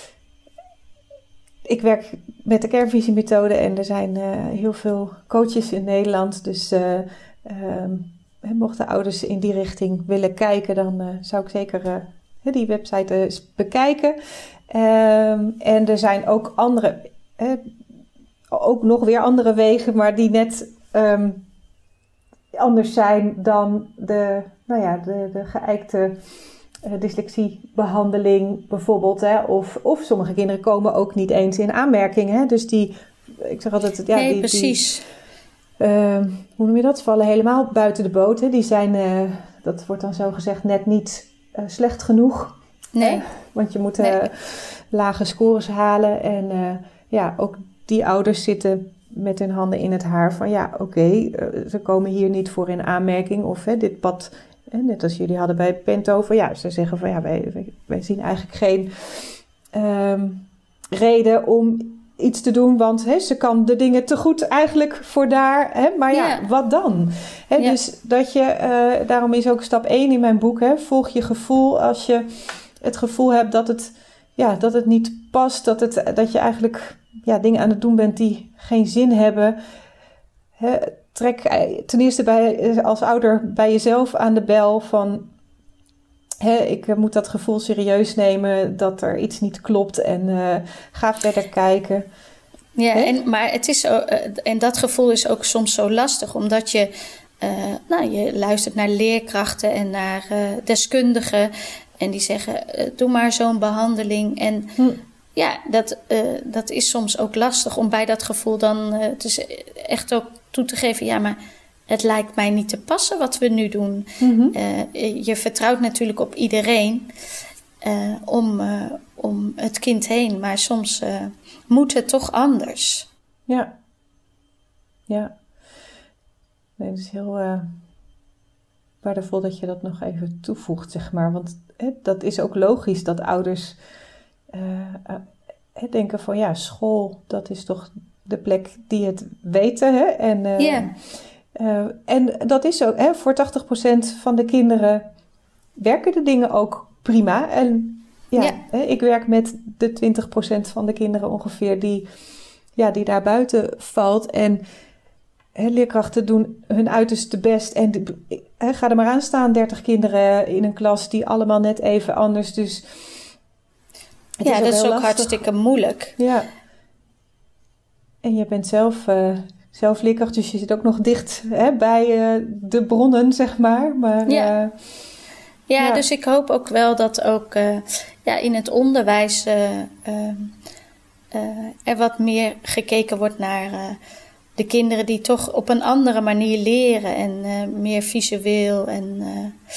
Ik werk met de kernvisiemethode en er zijn uh, heel veel coaches in Nederland. Dus uh, uh, mochten ouders in die richting willen kijken, dan uh, zou ik zeker uh, die website eens bekijken. Um, en er zijn ook andere, uh, ook nog weer andere wegen, maar die net um, anders zijn dan de, nou ja, de, de geëikte... Uh, dyslexiebehandeling bijvoorbeeld. Hè? Of, of sommige kinderen komen ook niet eens in aanmerking. Hè? Dus die, ik zeg altijd... Ja, nee, die, precies. Die, uh, hoe noem je dat? Vallen helemaal buiten de boot. Hè? Die zijn, uh, dat wordt dan zo gezegd, net niet uh, slecht genoeg. Nee. Uh, want je moet uh, nee. lage scores halen. En uh, ja, ook die ouders zitten met hun handen in het haar van... Ja, oké, okay, uh, ze komen hier niet voor in aanmerking. Of hè, dit pad... Net als jullie hadden bij Pentover. Ja, ze zeggen van ja, wij, wij, wij zien eigenlijk geen um, reden om iets te doen. Want he, ze kan de dingen te goed eigenlijk voor daar. Hè, maar ja, ja, wat dan? Hè, ja. Dus dat je, uh, daarom is ook stap één in mijn boek. Hè, volg je gevoel. Als je het gevoel hebt dat het, ja, dat het niet past. Dat, het, dat je eigenlijk ja, dingen aan het doen bent die geen zin hebben. Hè, trek ten eerste bij, als ouder bij jezelf aan de bel van... Hè, ik moet dat gevoel serieus nemen dat er iets niet klopt en uh, ga verder kijken. Ja, en, maar het is, uh, en dat gevoel is ook soms zo lastig, omdat je, uh, nou, je luistert naar leerkrachten en naar uh, deskundigen en die zeggen, uh, doe maar zo'n behandeling. En hm. ja, dat, uh, dat is soms ook lastig om bij dat gevoel dan uh, te, echt ook toe te geven, ja, maar het lijkt mij niet te passen wat we nu doen. Mm-hmm. Uh, je vertrouwt natuurlijk op iedereen uh, om, uh, om het kind heen, maar soms uh, moet het toch anders. Ja. Ja. Nee, het is heel uh, waardevol dat je dat nog even toevoegt, zeg maar. Want hè, dat is ook logisch dat ouders uh, uh, denken van ja, school, dat is toch de plek die het weten. Hè? En, uh, yeah. uh, en dat is ook, hè, voor tachtig procent van de kinderen werken de dingen ook prima. En ja, yeah. hè, ik werk met de twintig procent van de kinderen ongeveer die, ja, die daar buiten valt. En hè, leerkrachten doen hun uiterste best. En de, hè, ga er maar aan staan, dertig kinderen in een klas die allemaal net even anders. Dus het ja, is dat is ook lastig. hartstikke moeilijk. Ja. En je bent zelf, uh, zelf leerkracht, dus je zit ook nog dicht hè, bij uh, de bronnen, zeg maar. maar ja. Uh, ja, ja, dus ik hoop ook wel dat ook uh, ja, in het onderwijs uh, uh, uh, er wat meer gekeken wordt naar uh, de kinderen die toch op een andere manier leren en uh, meer visueel. En uh,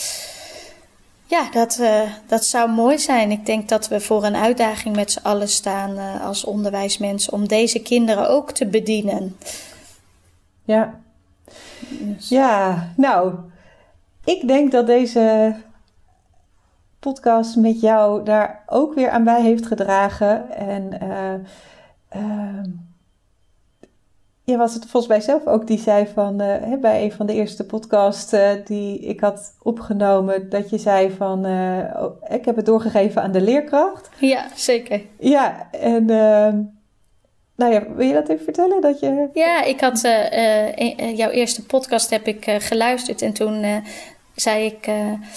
ja, dat, uh, dat zou mooi zijn. Ik denk dat we voor een uitdaging met z'n allen staan uh, als onderwijsmensen om deze kinderen ook te bedienen. Ja. Dus. Ja, nou, ik denk dat deze podcast met jou daar ook weer aan bij heeft gedragen. En uh, Uh, je was het volgens mij zelf ook die zei van, uh, bij een van de eerste podcasts uh, die ik had opgenomen, dat je zei van, uh, oh, ik heb het doorgegeven aan de leerkracht. Ja, zeker. Ja, en uh, nou ja, wil je dat even vertellen? Dat je... Ja, ik had uh, uh, jouw eerste podcast heb ik uh, geluisterd en toen uh, zei ik, uh,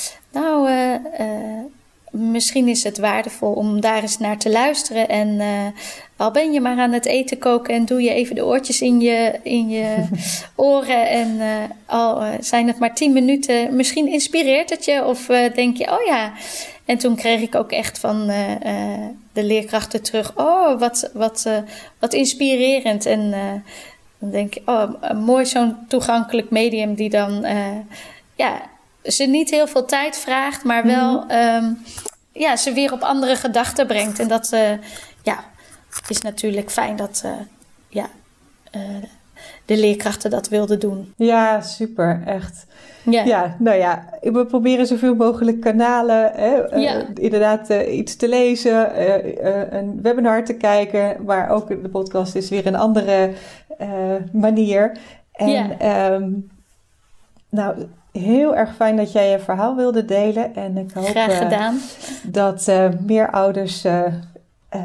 nou, uh, uh, misschien is het waardevol om daar eens naar te luisteren. En uh, al ben je maar aan het eten koken en doe je even de oortjes in je, in je oren. En uh, al uh, zijn het maar tien minuten, misschien inspireert het je of uh, denk je, oh ja. En toen kreeg ik ook echt van uh, uh, de leerkrachten terug, oh wat, wat, uh, wat inspirerend. En uh, dan denk ik, oh mooi zo'n toegankelijk medium die dan, uh, ja... ze niet heel veel tijd vraagt, maar wel mm-hmm. um, ja, ze weer op andere gedachten brengt. En dat uh, ja, is natuurlijk fijn dat uh, ja, uh, de leerkrachten dat wilden doen. Ja, super, echt. Ja, ja nou ja, we proberen zoveel mogelijk kanalen. Hè, uh, ja. Inderdaad, uh, iets te lezen, uh, uh, een webinar te kijken. Maar ook de podcast is weer een andere uh, manier. En ja. um, nou... heel erg fijn dat jij je verhaal wilde delen. En ik hoop Graag gedaan. Uh, dat uh, meer ouders uh, uh,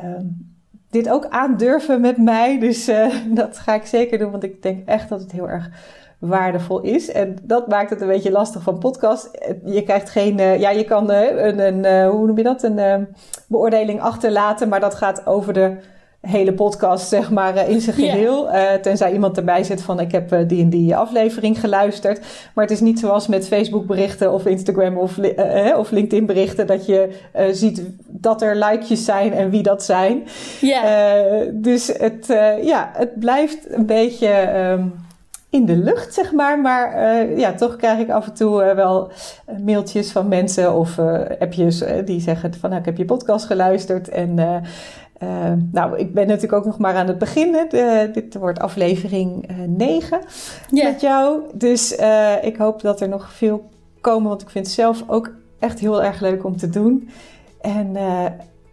dit ook aandurven met mij. Dus uh, dat ga ik zeker doen. Want ik denk echt dat het heel erg waardevol is. En dat maakt het een beetje lastig van podcast. Je krijgt geen... Uh, ja, je kan uh, een, een uh, hoe noem je dat? Een uh, beoordeling achterlaten. Maar dat gaat over de hele podcast, zeg maar, in zijn geheel. Yeah. Uh, tenzij iemand erbij zit van, ik heb uh, die en die aflevering geluisterd. Maar het is niet zoals met Facebook berichten of Instagram of, uh, uh, of LinkedIn berichten, dat je uh, ziet dat er likejes zijn en wie dat zijn. Yeah. Uh, dus het, uh, ja, het blijft een beetje um, in de lucht, zeg maar. Maar uh, ja, toch krijg ik af en toe uh, wel uh, mailtjes van mensen of uh, appjes uh, die zeggen van, nou, ik heb je podcast geluisterd en... Uh, Uh, nou, ik ben natuurlijk ook nog maar aan het beginnen. De, dit wordt aflevering uh, negen yeah. met jou. Dus uh, ik hoop dat er nog veel komen. Want ik vind het zelf ook echt heel erg leuk om te doen. En uh,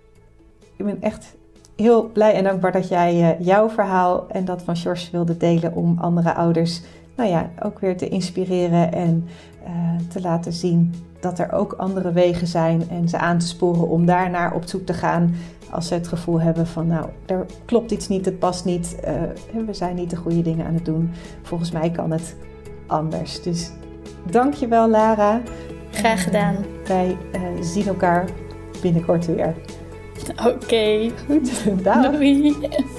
ik ben echt heel blij en dankbaar dat jij uh, jouw verhaal en dat van Sjors wilde delen. Om andere ouders nou ja, ook weer te inspireren en uh, te laten zien dat er ook andere wegen zijn. En ze aan te sporen om daarnaar op zoek te gaan. Als ze het gevoel hebben van, nou, er klopt iets niet, het past niet. Uh, we zijn niet de goede dingen aan het doen. Volgens mij kan het anders. Dus dank je wel, Lara. Graag gedaan. Uh, wij uh, zien elkaar binnenkort weer. Oké. Okay. Goed, dag. Doei.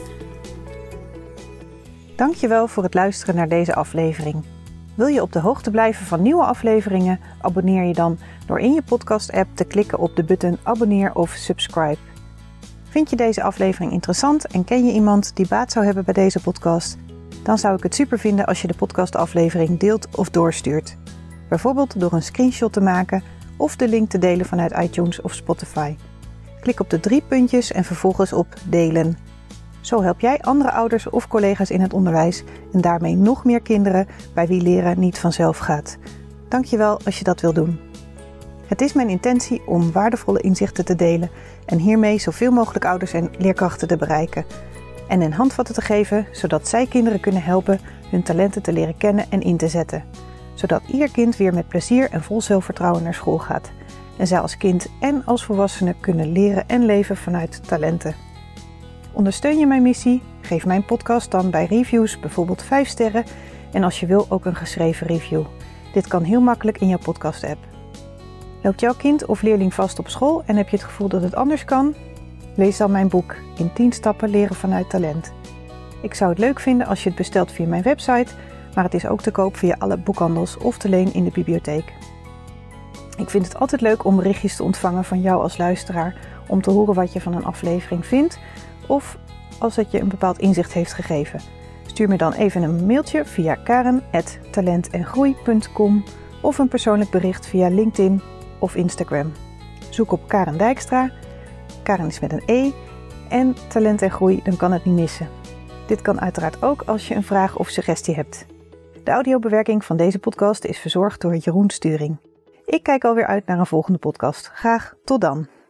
Dank je wel voor het luisteren naar deze aflevering. Wil je op de hoogte blijven van nieuwe afleveringen? Abonneer je dan door in je podcast-app te klikken op de button abonneer of subscribe. Vind je deze aflevering interessant en ken je iemand die baat zou hebben bij deze podcast? Dan zou ik het super vinden als je de podcastaflevering deelt of doorstuurt. Bijvoorbeeld door een screenshot te maken of de link te delen vanuit iTunes of Spotify. Klik op de drie puntjes en vervolgens op delen. Zo help jij andere ouders of collega's in het onderwijs en daarmee nog meer kinderen bij wie leren niet vanzelf gaat. Dank je wel als je dat wil doen. Het is mijn intentie om waardevolle inzichten te delen en hiermee zoveel mogelijk ouders en leerkrachten te bereiken. En een handvatten te geven, zodat zij kinderen kunnen helpen hun talenten te leren kennen en in te zetten. Zodat ieder kind weer met plezier en vol zelfvertrouwen naar school gaat. En zij als kind en als volwassene kunnen leren en leven vanuit talenten. Ondersteun je mijn missie? Geef mijn podcast dan bij reviews bijvoorbeeld vijf sterren en als je wil ook een geschreven review. Dit kan heel makkelijk in jouw podcast-app. Loopt jouw kind of leerling vast op school en heb je het gevoel dat het anders kan? Lees dan mijn boek In tien stappen leren vanuit talent. Ik zou het leuk vinden als je het bestelt via mijn website, maar het is ook te koop via alle boekhandels of te leen in de bibliotheek. Ik vind het altijd leuk om berichtjes te ontvangen van jou als luisteraar, om te horen wat je van een aflevering vindt of als het je een bepaald inzicht heeft gegeven. Stuur me dan even een mailtje via karen at talent en groei punt com of een persoonlijk bericht via LinkedIn of Instagram. Zoek op Karen Dijkstra, Karen is met een E, en Talent en Groei, dan kan het niet missen. Dit kan uiteraard ook als je een vraag of suggestie hebt. De audiobewerking van deze podcast is verzorgd door Jeroen Sturing. Ik kijk alweer uit naar een volgende podcast. Graag tot dan!